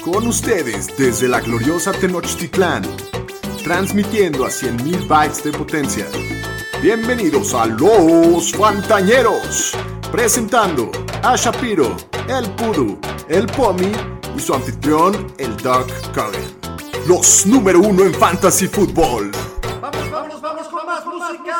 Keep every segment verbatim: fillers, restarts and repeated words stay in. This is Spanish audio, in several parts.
Con ustedes desde la gloriosa Tenochtitlán, transmitiendo a cien mil bytes de potencia. Bienvenidos a Los Fantañeros, presentando a Shapiro, el Pudu, el Pomi y su anfitrión, el Doc Cogan. Los número uno en Fantasy Football. ¡Vamos, vamos, vamos con más música!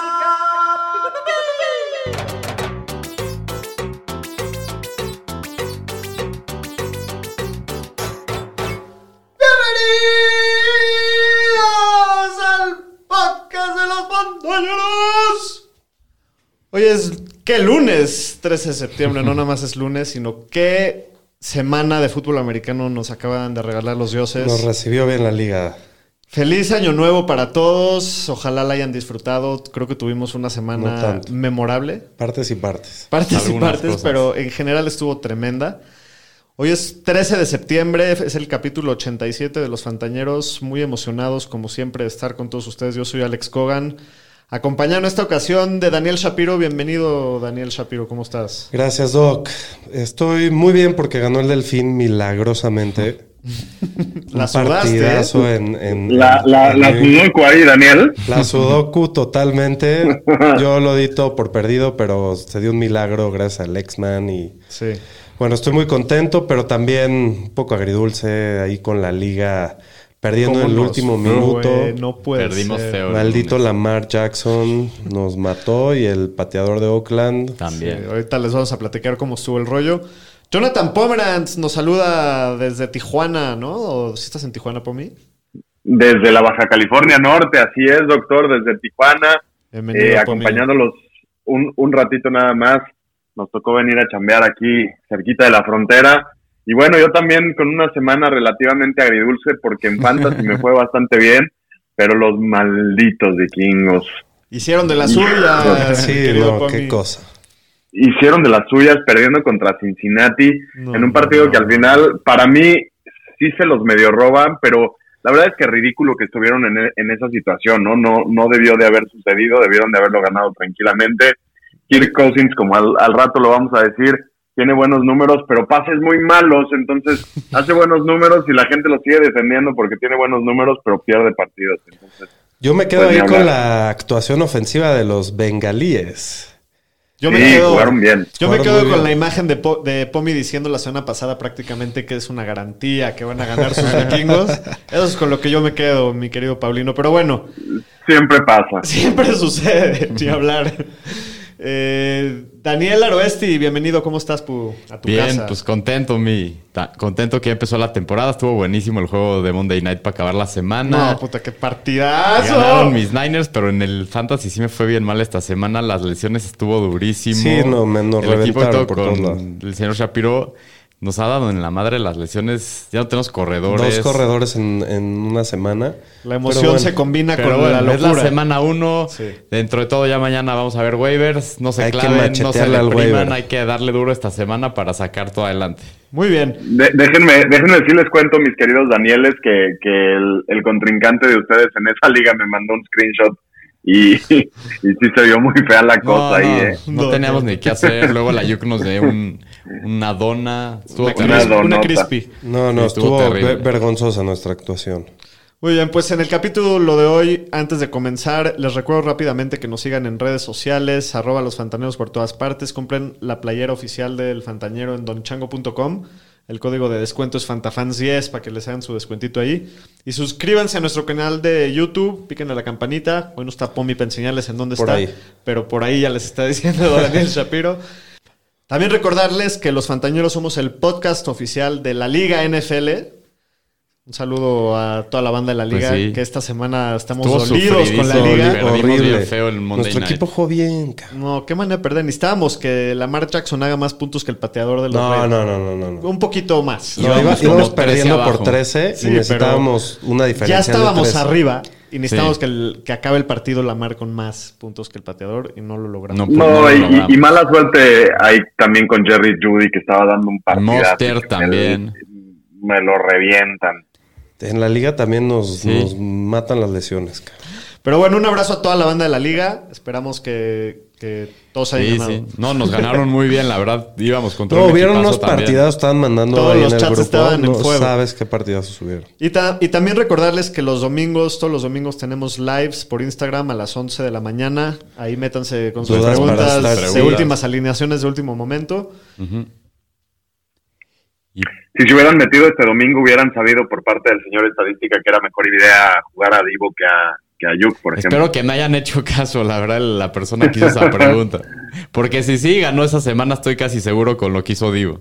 ¡Bienvenidos al podcast de los Fantañeros! Hoy es, ¿qué lunes? trece de septiembre, no nada más es lunes, sino qué semana de fútbol americano nos acaban de regalar los dioses. Nos recibió bien la liga. Feliz año nuevo para todos. Ojalá la hayan disfrutado. Creo que tuvimos una semana No memorable. Partes y partes. Partes Algunas y partes, cosas. pero en general estuvo tremenda. Hoy es trece de septiembre, es el capítulo ochenta y siete de Los Fantañeros. Muy emocionados, como siempre, de estar con todos ustedes. Yo soy Alex Cogan, acompañado en esta ocasión de Daniel Shapiro. Bienvenido, Daniel Shapiro, ¿cómo estás? Gracias, Doc. Estoy muy bien porque ganó el Delfín milagrosamente. La Un sudaste, partidazo ¿eh? en, en, La, la, en- la Sudoku ahí, Daniel. La Sudoku totalmente. Yo lo di todo por perdido, pero se dio un milagro gracias al X-Man y... Sí. Bueno, estoy muy contento, pero también un poco agridulce ahí con la liga perdiendo en el ¿Cómo último nos fue, minuto. güey? No puede Perdimos ser. feo. Maldito Lamar Jackson nos mató y el pateador de Oakland. También. Sí, ahorita les vamos a platicar cómo estuvo el rollo. Jonathan Pomeranz nos saluda desde Tijuana, ¿no? ¿O si estás en Tijuana, Pomi? Desde la Baja California Norte, así es, doctor, desde Tijuana, Bienvenido, eh, Pomi. acompañándolos un, un ratito nada más. Nos tocó venir a chambear aquí, cerquita de la frontera. Y bueno, yo también con una semana relativamente agridulce, porque en Fantasy me fue bastante bien, pero los malditos vikingos Hicieron de la suya, Sí, querido no, Pomi. qué cosa. hicieron de las suyas perdiendo contra Cincinnati No, en un partido no. que al final, para mí, sí se los medio roban, pero la verdad es que ridículo que estuvieron en, e- en esa situación, ¿no? No no debió de haber sucedido, debieron de haberlo ganado tranquilamente. Kirk Cousins, como al, al rato lo vamos a decir, tiene buenos números, pero pases muy malos, entonces hace buenos números y la gente lo sigue defendiendo porque tiene buenos números, pero pierde partidos. Entonces, Yo me quedo Pues ni ahí con hablar. la actuación ofensiva de los bengalíes. Yo me sí, quedo, jugaron bien. yo me Jugaron quedo muy con bien. la imagen de, Po- de Pomi diciendo la semana pasada prácticamente que es una garantía que van a ganar sus vikingos. Eso es con lo que yo me quedo, mi querido Paulino. Pero bueno, Siempre pasa. siempre sucede, ni hablar. Eh, Daniel Aroesti, bienvenido. ¿Cómo estás, Pu? A tu Bien, casa. pues contento, mi. ta- Contento que ya empezó la temporada. Estuvo buenísimo el juego de Monday Night para acabar la semana. No, puta, qué partidazo. Ganaron mis Niners, pero en el Fantasy sí me fue bien mal esta semana. Las lesiones estuvo durísimo. Sí, no, me- nos El equipo y reventaron todo por todos lados. con el señor Shapiro nos ha dado en la madre las lesiones. Ya no tenemos corredores. Dos corredores en, en una semana. La emoción Pero bueno, se combina Pero con bueno, la es locura. la semana uno. Sí. Dentro de todo, ya mañana vamos a ver waivers. No se Hay que claven, no se machetearle al depriman. waiver. Hay que darle duro esta semana para sacar todo adelante. Muy bien. De- déjenme, déjenme si les cuento, mis queridos Danieles, que, que el, el contrincante de ustedes en esa liga me mandó un screenshot y, y sí se vio muy fea la cosa ahí, no, eh. no No, teníamos no. ni qué hacer. Luego la Yuk nos dio un, una dona. Estuvo Una, terrible. crisp- donota. una crispy. No, no, Sí, estuvo, estuvo terrible. ve- vergonzosa nuestra actuación. Muy bien, pues en el capítulo de hoy, antes de comenzar, les recuerdo rápidamente que nos sigan en redes sociales, arroba los fantañeros por todas partes, compren la playera oficial del Fantañero en donchango punto com, el código de descuento es fantafans diez para que les hagan su descuentito ahí, y suscríbanse a nuestro canal de YouTube, piquen a la campanita, hoy no está Pomi para enseñarles en dónde Por está, ahí. pero por ahí ya les está diciendo Daniel Shapiro. También recordarles que Los Fantañeros somos el podcast oficial de la Liga N F L. Un saludo a toda la banda de la Pues liga, sí. que esta semana estamos Estuvo dolidos con la sufridísimo, liga. perdimos Horrible. bien feo el Monday Nuestro Night. equipo jugó bien, cabrón. No, qué manera de perder. Necesitábamos que Lamar Jackson haga más puntos que el pateador de los No, Raiders. no, no, no, no. no. Un poquito más. No, Íbamos iba- como íbamos trece perdiendo por abajo. trece Sí, y necesitábamos una diferencia. Ya estábamos de trece. arriba y necesitábamos Sí. que, el- que acabe el partido Lamar con más puntos que el pateador y no lo logramos. No, pues, No, lo y, logramos. y mala suerte ahí también con Jerry Judy, que estaba dando un partido. Monster también. Me lo revientan. En la liga también nos, Sí. nos matan las lesiones, cabrón. Pero bueno, un abrazo a toda la banda de la liga. Esperamos que, que todos hayan Sí, ganado. sí. No, nos ganaron muy bien, la verdad. Íbamos contra No, un hubieron equipazo unos también. partidazos, estaban mandando Todos ahí los en el chats grupo. estaban en no fuego. sabes qué partidazos subieron. Y, ta- y también recordarles que los domingos, todos los domingos tenemos lives por Instagram a las once de la mañana. Ahí métanse con sus Dudas para preguntas estar de seguras. últimas alineaciones de último momento. Ujú. Y Si se hubieran metido este domingo, hubieran sabido por parte del señor estadística que era mejor idea jugar a Divo que a, que a Ayuk, por ejemplo. espero que me hayan hecho caso, la verdad, la persona que hizo esa pregunta. Porque si sí ganó esa semana, estoy casi seguro con lo que hizo Divo.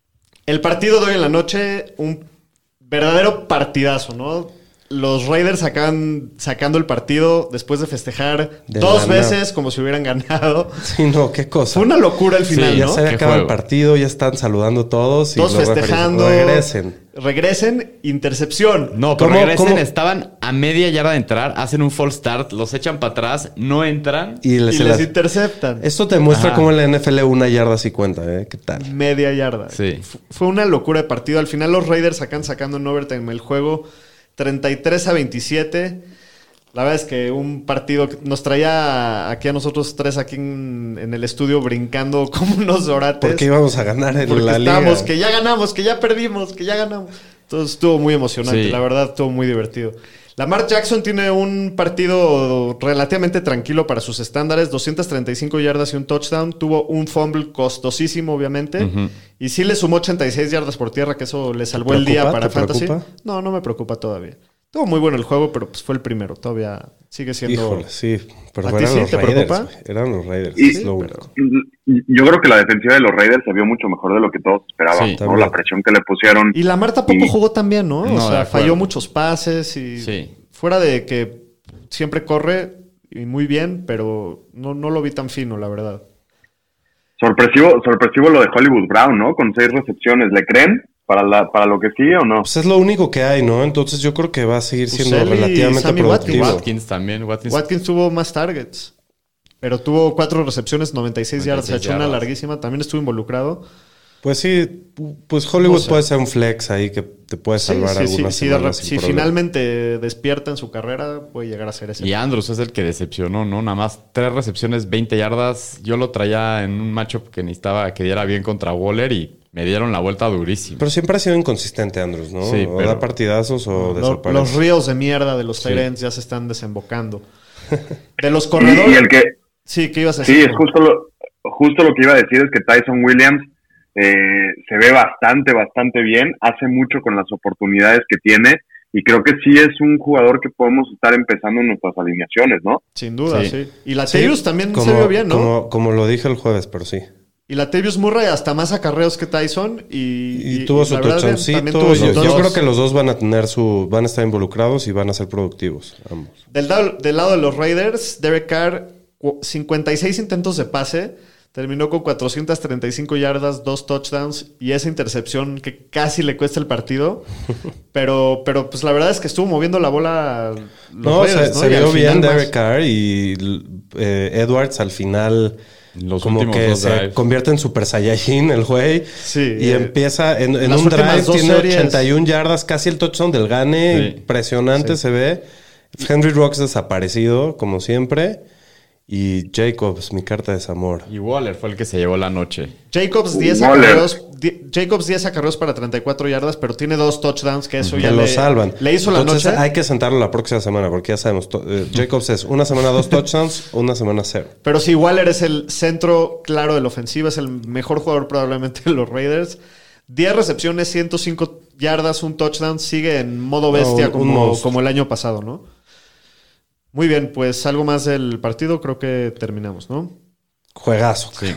El partido de hoy en la noche, un verdadero partidazo, ¿no? Los Raiders acaban sacando el partido después de festejar De dos la veces nada. como si hubieran ganado. Sí, no, qué cosa. Fue una locura el final, Sí, Ya ¿no? se había Qué acabado el juego. partido, ya están saludando todos. Y Todos los referees, festejando. regresen. Regresen, intercepción. No, pero ¿Cómo- regresen, cómo? estaban a media yarda de entrar, hacen un false start, los echan para atrás, no entran. Y, Y les, les las- interceptan. Esto te muestra Ajá. cómo en la N F L una yarda sí cuenta, ¿eh? ¿Qué tal? Media yarda. Sí. F- Fue una locura de partido. Al final los Raiders sacan sacando en overtime el juego treinta y tres a veintisiete. La verdad es que un partido que nos traía aquí a nosotros tres aquí en, en el estudio brincando como unos orates. Porque íbamos a ganar en Porque la estábamos, liga. que ya ganamos, que ya perdimos, que ya ganamos. Entonces estuvo muy emocionante, Sí. la verdad estuvo muy divertido. Lamar Jackson tiene un partido relativamente tranquilo para sus estándares, doscientas treinta y cinco yardas y un touchdown. Tuvo un fumble costosísimo, obviamente. Ujú. Y sí le sumó ochenta y seis yardas por tierra, que eso le salvó ¿Te el día preocupa? para ¿Te Fantasy. preocupa? No, no me preocupa todavía. Estuvo muy bueno el juego, pero pues fue el primero. Todavía sigue siendo... Híjole, sí. Pero ¿A ti eran sí los te Raiders. preocupa? güey. Eran los Raiders. Y- es lo pero- único. Yo creo que la defensiva de los Raiders se vio mucho mejor de lo que todos esperábamos, Sí, ¿no? también. La presión que le pusieron. Y Lamar tampoco Y- jugó tan bien, ¿no? No, o sea, de acuerdo. falló muchos pases y Sí. fuera de que siempre corre y muy bien, pero no, no lo vi tan fino, la verdad. Sorpresivo, sorpresivo lo de Hollywood Brown, ¿no? Con seis recepciones. ¿Le creen para la para lo que sigue o no? Pues es lo único que hay, ¿no? Entonces yo creo que va a seguir Pues siendo él y relativamente Sammy Y productivo. Watkins. Watkins también. Watkins, Watkins tuvo más targets, pero tuvo cuatro recepciones, noventa y seis yardas. Se noventa y seis echó una yardas. larguísima. También estuvo involucrado. Pues sí, pues Hollywood No sé. puede ser un flex ahí que te puede Sí, salvar sí, sí, algunas sí, de semanas rep- sin si problema. finalmente despierta en su carrera, puede llegar a ser ese. Y Andrews es el que decepcionó, ¿no? Nada más tres recepciones, veinte yardas. Yo lo traía en un matchup que necesitaba que diera bien contra Waller y me dieron la vuelta durísimo. Pero siempre ha sido inconsistente Andrews, ¿no? Sí, o pero- da partidazos o Lo- desaparece. los ríos de mierda de los Sí. Tyrants ya se están desembocando. De los Y, corredores. y el que Sí, ¿qué ibas a sí, decir? es justo lo, justo lo que iba a decir es que Tyson Williams eh, se ve bastante, bastante bien, hace mucho con las oportunidades que tiene y creo que sí es un jugador que podemos estar empezando en nuestras alineaciones, ¿no? Sin duda, sí. Sí. Y la Sí, Latavius también como, se vio bien, ¿no? Como, como lo dije el jueves, pero sí. Y la Latavius Murray hasta más acarreos que Tyson y, Y, tuvo su la verdad, bien, touchdoncito. también tuvo Yo, sus yo dos. creo que los dos van a tener su, van a estar involucrados y van a ser productivos, ambos. Del, lado- del lado de los Raiders, Derek Carr, cu- cincuenta y seis intentos de pase, terminó con cuatrocientas treinta y cinco yardas, dos touchdowns y esa intercepción que casi le cuesta el partido. pero, pero pues la verdad es que estuvo moviendo la bola los No, Raiders, se, ¿no? se Y al vio bien final más. Derek Carr y eh, Edwards al final Los como últimos que dos se drives. convierte en Super Saiyajin el güey. Sí, y eh, empieza en, en las un drive, últimas dos tiene series. ochenta y una yardas, casi el touchdown del Gane. Sí. Impresionante se ve. Henry Rocks desaparecido, como siempre. Y Jacobs, mi carta de desamor. Y Waller fue el que se llevó la noche. Jacobs diez Waller. acarreos, di- Jacobs diez acarreos para treinta y cuatro yardas, pero tiene dos touchdowns que eso Que ya lo le, salvan. le hizo la Entonces noche. hay que sentarlo la próxima semana, porque ya sabemos. to- eh, Jacobs es una semana dos touchdowns, una semana cero. Pero sí, Waller es el centro claro de la ofensiva, es el mejor jugador probablemente de los Raiders. diez recepciones, ciento cinco yardas, un touchdown, sigue en modo bestia un- un como, monstruo. como el año pasado, ¿no? Muy bien, pues algo más del partido, creo que terminamos, ¿no? Juegazo. Sí.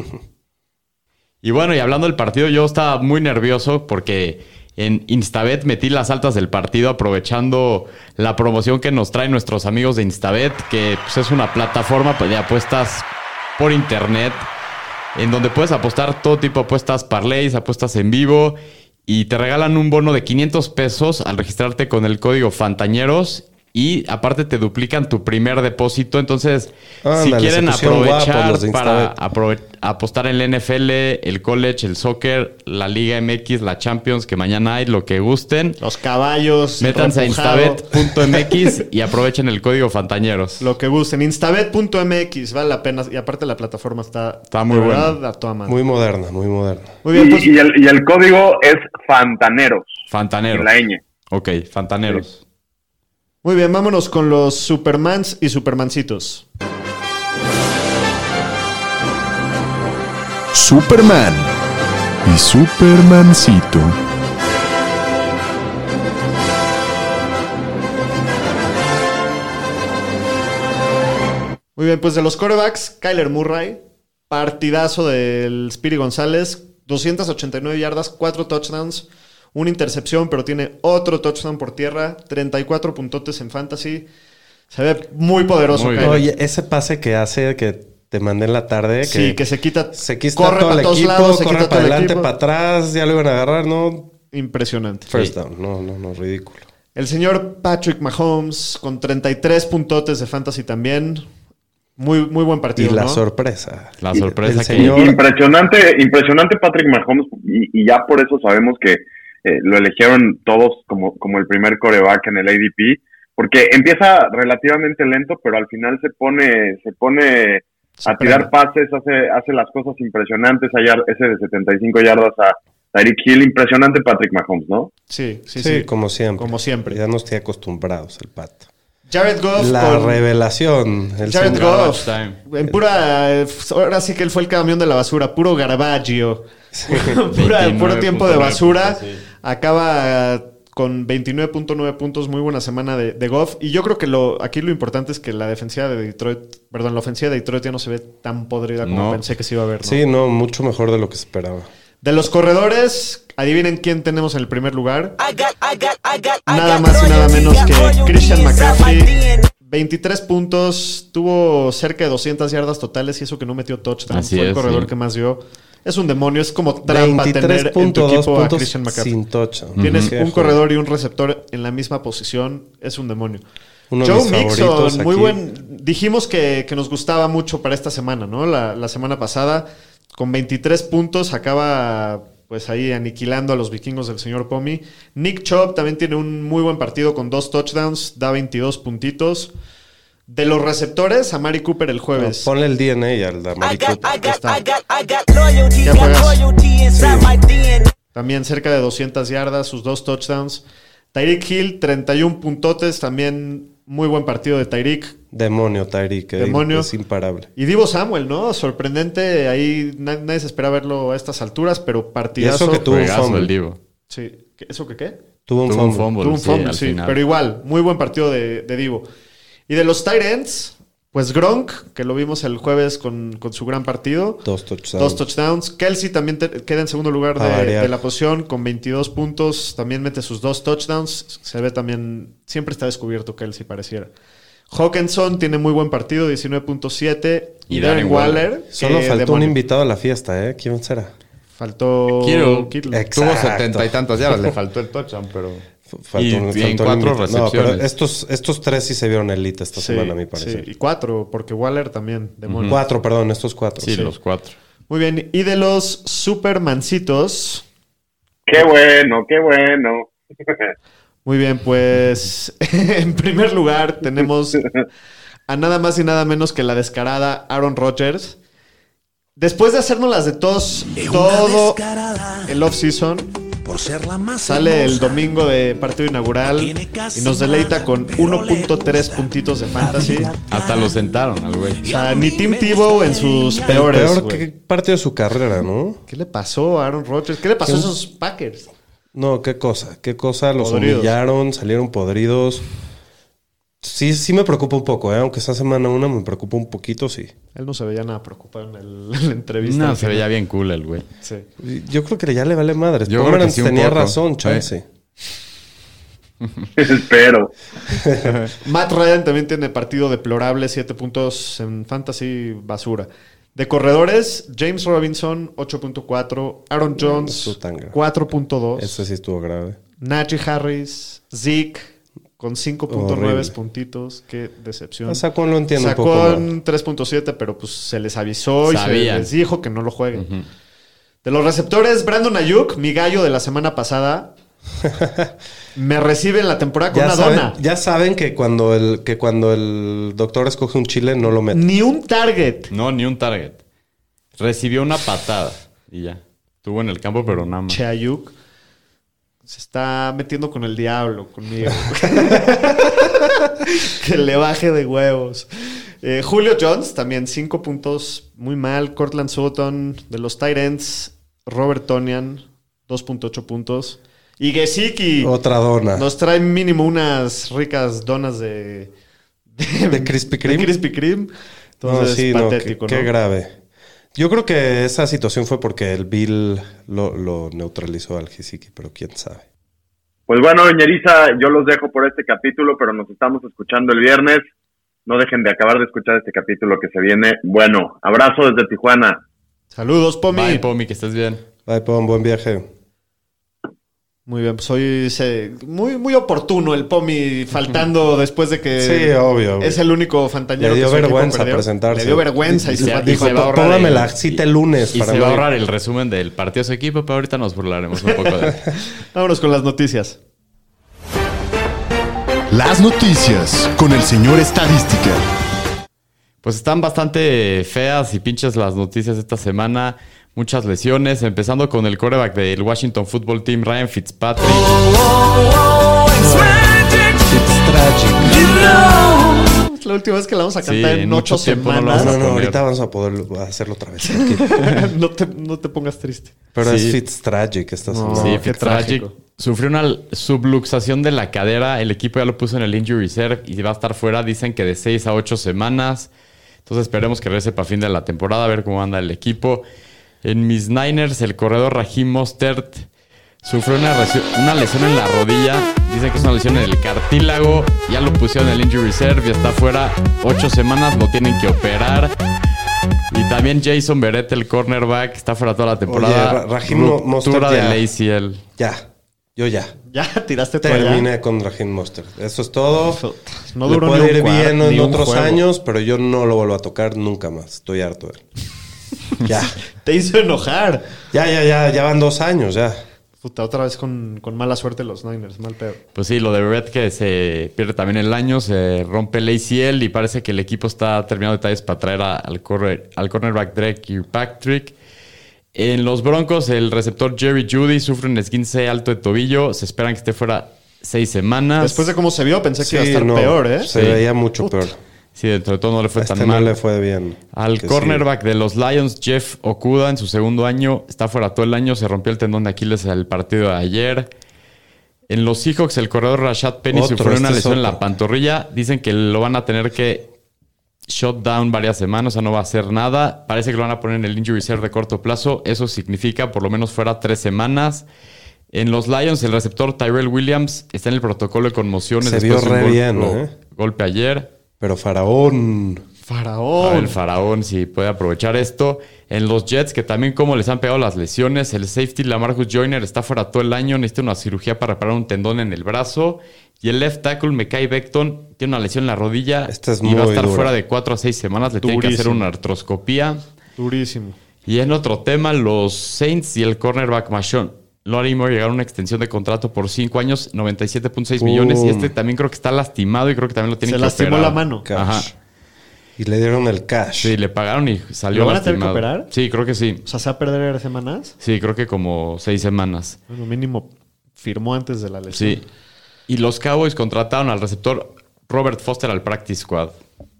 Y bueno, y hablando del partido, yo estaba muy nervioso porque en Instabet metí las altas del partido aprovechando la promoción que nos traen nuestros amigos de Instabet, que pues, es una plataforma de apuestas por internet en donde puedes apostar todo tipo de apuestas, parlays, apuestas en vivo y te regalan un bono de quinientos pesos al registrarte con el código Fantañeros y aparte te duplican tu primer depósito. Entonces, Ándale, si quieren se pusieron aprovechar guapos los de para Instabet. aprove- apostar en la N F L, el college, el soccer, la Liga M X, la Champions, que mañana hay, lo que gusten, Los caballos. métanse a repujado, instabet punto m x y aprovechen el código Fantañeros. Lo que gusten. instabet punto m x, vale la pena. Y aparte la plataforma está, Está muy de buena. verdad, a toda madre. Muy moderna, muy moderna. Muy bien, y, pues. y el, y el código es Fantaneros. Fantaneros. En la ñ. Ok, Fantaneros. Muy bien, vámonos con los Supermans y Supermancitos. Superman y Supermancito. Muy bien, pues de los quarterbacks, Kyler Murray, partidazo del Spiri González, doscientas ochenta y nueve yardas, cuatro touchdowns, una intercepción, pero tiene otro touchdown por tierra, treinta y cuatro puntotes en fantasy. Se ve muy poderoso, Muy Kyler. Oye, ese pase que hace que te mandé en la tarde, que, Sí, que se quita, se quita corre todo para el todos equipo, lados, se corre quita todo para el adelante, equipo. para atrás, ya lo iban a agarrar, ¿no? Impresionante. First Sí. down, no, no, no, ridículo. El señor Patrick Mahomes con treinta y tres puntotes de fantasy también. Muy, muy buen Y partido, la ¿no? sorpresa. La Y sorpresa el que- señor, Impresionante, impresionante Patrick Mahomes, y, y ya por eso sabemos que eh, lo eligieron todos como, como el primer coreback en el A D P, porque empieza relativamente lento, pero al final se pone, se pone Se a tirar prende. pases, hace, hace las cosas impresionantes, allá ese de setenta y cinco yardas a Tyreek Hill, impresionante Patrick Mahomes, ¿no? Sí, sí, sí, sí. como siempre. Como siempre. Ya no estoy acostumbrados el pato. Jared Goff La con... revelación. El Jared señor- Goff. Time. En pura... Ahora sí que él fue el camión de la basura. Puro Garbaggio. Pura- puro tiempo de basura. punto nueve puntos, sí. Acaba con veintinueve punto nueve puntos. Muy buena semana de, de Goff. Y yo creo que lo aquí lo importante es que la defensiva de Detroit... Perdón, la ofensiva de Detroit ya no se ve tan podrida como No. pensé que se iba a ver, ¿no? Sí, no, mucho mejor de lo que se esperaba. De los corredores, adivinen quién tenemos en el primer lugar. Nada Nada más y nada menos que Christian McCaffrey. veintitrés puntos, tuvo cerca de doscientas yardas totales y eso que no metió touchdown. Así Fue el es, corredor sí. que más dio. Es un demonio, es como trampa tener veintitrés en tu punto dos equipo a puntos Christian McCaffrey. sin touchdown. Tienes Qué un joder. corredor y un receptor en la misma posición, es un demonio. Uno de Joe mis favoritos Mixon, muy aquí. buen. Dijimos que, que nos gustaba mucho para esta semana, ¿no? La, la semana pasada, con veintitrés puntos, acaba pues ahí aniquilando a los vikingos del señor Pomi. Nick Chubb también tiene un muy buen partido con dos touchdowns, da veintidós puntitos. De los receptores, a Mari Cooper el No, jueves. ponle el D N A al Amari Cooper. ¿Qué juegas? juegas? También cerca de doscientas yardas, sus dos touchdowns. Tyreek Hill, treinta y uno puntotes, también muy buen partido de Tyreek. Demonio, Tyreek. eh, Demonio. Es imparable. Y Divo Samuel, ¿no? Sorprendente, ahí na- nadie se espera verlo a estas alturas, pero Y partidazo. eso que tuvo un Juegazo fumble. el Divo. Sí. ¿Qué- ¿Eso qué qué? Tuvo un Tuvo un fumble. fumble. Tuvo un sí, fumble, al sí, final. pero igual, muy buen partido de, de Divo. Y de los tight ends, pues Gronk, que lo vimos el jueves con, con su gran partido. Dos touchdowns. Dos touchdowns. Kelsey también te- queda en segundo lugar A de, variar. de la posición con veintidós puntos. También mete sus dos touchdowns. Se ve también, siempre está descubierto Kelsey, pareciera. Hawkinson tiene muy buen partido, diecinueve punto siete. Y Y Darren Darren Waller. Waller. Solo que faltó un demonio. invitado a la fiesta, ¿eh? ¿Quién será? Faltó Kittle. Kittle. Exacto. Tuvo setenta y tantas yardas, le faltó el touchdown, pero... Faltó Y- un- y faltó en un cuatro invitado. No, pero recepciones. estos, estos tres sí se vieron elite esta Sí, semana, a mi sí, parecer. y cuatro, porque Waller también, demonio. Cuatro, perdón, estos cuatro. Sí, los cuatro. Muy bien, y de los Supermancitos, Qué bueno, qué bueno. muy bien, pues en primer lugar tenemos a nada más y nada menos que la descarada Aaron Rodgers. Después de hacernos las de todos todo el off-season, Por ser la más sale el hermosa. domingo de partido inaugural y nos deleita con uno punto tres puntitos de fantasy. Hasta lo sentaron al güey. O sea, ni Tim Tebow en sus El peores, peor güey. que parte de su carrera, ¿no? ¿Qué le pasó a Aaron Rodgers? ¿Qué le pasó a ¿Qué? esos Packers? No, qué cosa, qué cosa, los Podridos. humillaron, salieron podridos. Sí, sí me preocupa un poco, ¿eh? Aunque esa semana una me preocupa un poquito, sí. Él no se veía nada preocupado en, el- en la entrevista. No, al se final. veía bien cool el güey. Sí. Yo creo que ya le vale madres. Yo creo que Pomeranz sí un tenía poco. razón, Sí. chance. Espero. Matt Ryan también tiene partido deplorable, siete puntos en fantasy basura. De corredores, James Robinson, ocho punto cuatro. Aaron Jones, estuvo tan grave. cuatro punto dos. Ese sí estuvo grave. Najee Harris, Zeke, con cinco punto nueve Horrible. puntitos. Qué decepción. A Saquon lo entiendo un Sacó poco más. en tres punto siete, pero pues se les avisó y se Sabían. les dijo que no lo jueguen. Ujú. De los receptores, Brandon Ayuk, mi gallo de la semana pasada, me recibe en la temporada con Ya una saben, dona. ya saben que cuando el que cuando el doctor escoge un chile no lo mete. Ni un target. No, ni un target. Recibió una patada y ya. Estuvo en el campo, pero nada más. Che Ayuk se está metiendo con el diablo, conmigo. Que le baje de huevos. Eh, Julio Jones, también cinco puntos, muy mal. Cortland Sutton, de los tight ends. Robert Tonyan, dos punto ocho puntos. Y Gesicki Otra dona. nos trae mínimo unas ricas donas de... ¿De Krispy Kreme? De Krispy Kreme. No, Entonces, sí, no, qué, patético, qué ¿no? grave. Yo creo que esa situación fue porque el Bill lo, lo neutralizó al Gesicki, pero quién sabe. Pues bueno, Ñeriza, yo los dejo por este capítulo, pero nos estamos escuchando el viernes. No dejen de acabar de escuchar este capítulo que se viene. Bueno, abrazo desde Tijuana. Saludos, Pomi. Bye, Pomi, que estés bien. Bye, Pon, buen viaje. Muy bien, pues hoy se, muy, muy oportuno el Pomi faltando después de que Sí, obvio. es el único fantañero Le dio que su equipo vergüenza perdió. presentarse. Le dio vergüenza y, Y se se- fue a y se Tijuana. va a ahorrar Póngame el- la cita el lunes. Y para se va a no- ahorrar el resumen del partido de su equipo, pero ahorita nos burlaremos un poco de eso. Vámonos con las noticias. Las noticias con el señor Estadística. Pues están bastante feas y pinches las noticias de esta semana. Muchas lesiones, empezando con el quarterback del Washington Football Team, Ryan Fitzpatrick. It's tragic. Es la última vez que la vamos a Sí, cantar en en ocho mucho tiempo no lo No, semanas. vamos no, no, poner. ahorita vamos a poder hacerlo otra vez. Aquí. no, te, no te pongas triste. Pero Sí. es Fitz tragic esta No. semana. Sí, qué Fitzpatrick trágico. sufrió una subluxación de la cadera. El equipo ya lo puso en el injury reserve y va a estar fuera, dicen que de seis a ocho semanas. Entonces esperemos que regrese para fin de la temporada, a ver cómo anda el equipo. En mis Niners, el corredor Raheem Mostert sufrió una, lesión- una lesión en la rodilla. Dicen que es una lesión en el cartílago. Ya lo pusieron en el injury reserve y está fuera ocho semanas. Lo tienen que operar. Y también Jason Verrett, el cornerback, está fuera toda la temporada. Ra- Raheem Mo- Mostert Ruptura ya. del A C L. Ya, yo ya. Ya tiraste toalla. Terminé con Raheem Mostert. Eso es todo. No Le duró puede ni un ir cuar- bien ni en un otros juego. años, pero yo no lo vuelvo a tocar nunca más. Estoy harto de él. Ya. Te hizo enojar. Ya, ya, ya, ya van dos años, ya. Puta, otra vez con, con mala suerte los Niners. Mal pedo. Pues sí, lo de Verrett que se pierde también el año, se rompe el A C L y parece que el equipo está terminando detalles para traer a- al, corner, al cornerback Drake Kirkpatrick. En los Broncos, el receptor Jerry Jeudy sufre un esguince alto de tobillo. Se esperan que esté fuera seis semanas. Después de cómo se vio, pensé que iba a Sí, estar no, peor, ¿eh? Se Sí. veía mucho Puta. peor. Sí, dentro de todo no le fue A este tan no mal. le fue bien. Al Que cornerback de los Lions, Jeff Okuda, en su segundo año, está fuera todo el año. Se rompió el tendón de Aquiles el partido de ayer. En los Seahawks, el corredor Rashad Penny Otro, sufrió una este es lesión en otro. la pantorrilla. Dicen que lo van a tener que shut down varias semanas, o sea, no va a hacer nada. Parece que lo van a poner en el injury reserve de corto plazo. Eso significa por lo menos fuera tres semanas. En los Lions, el receptor Tyrell Williams está en el protocolo de conmociones. Se después vio de un re gol- bien, lo- ¿eh? golpe ayer. Pero Faraón. A ver, Faraón. el faraón, si puede aprovechar esto. En los Jets, que también como les han pegado las lesiones, el safety Lamarcus Joyner está fuera todo el año, necesita una cirugía para reparar un tendón en el brazo. Y el left tackle Mekhi Becton tiene una lesión en la rodilla Esta es y va a muy estar dura. fuera de cuatro a seis semanas. Le tienen que hacer Durísimo. una artroscopía. Durísimo. Y en otro tema, los Saints y el cornerback Marshawn Lattimore llegaron a una extensión de contrato por cinco años, noventa y siete punto seis millones. Y este también creo que está lastimado y creo que también lo tienen Se que lastimó operar. la mano. Cash. Ajá. Y le dieron el cash. Sí, le pagaron y salió ¿Lo van a tener que lastimado. operar? Sí, creo que sí. O sea, ¿se va a perder semanas? Sí, creo que como seis semanas. Bueno, mínimo firmó antes de la lesión. Sí. Y los Cowboys contrataron al receptor Robert Foster al practice squad.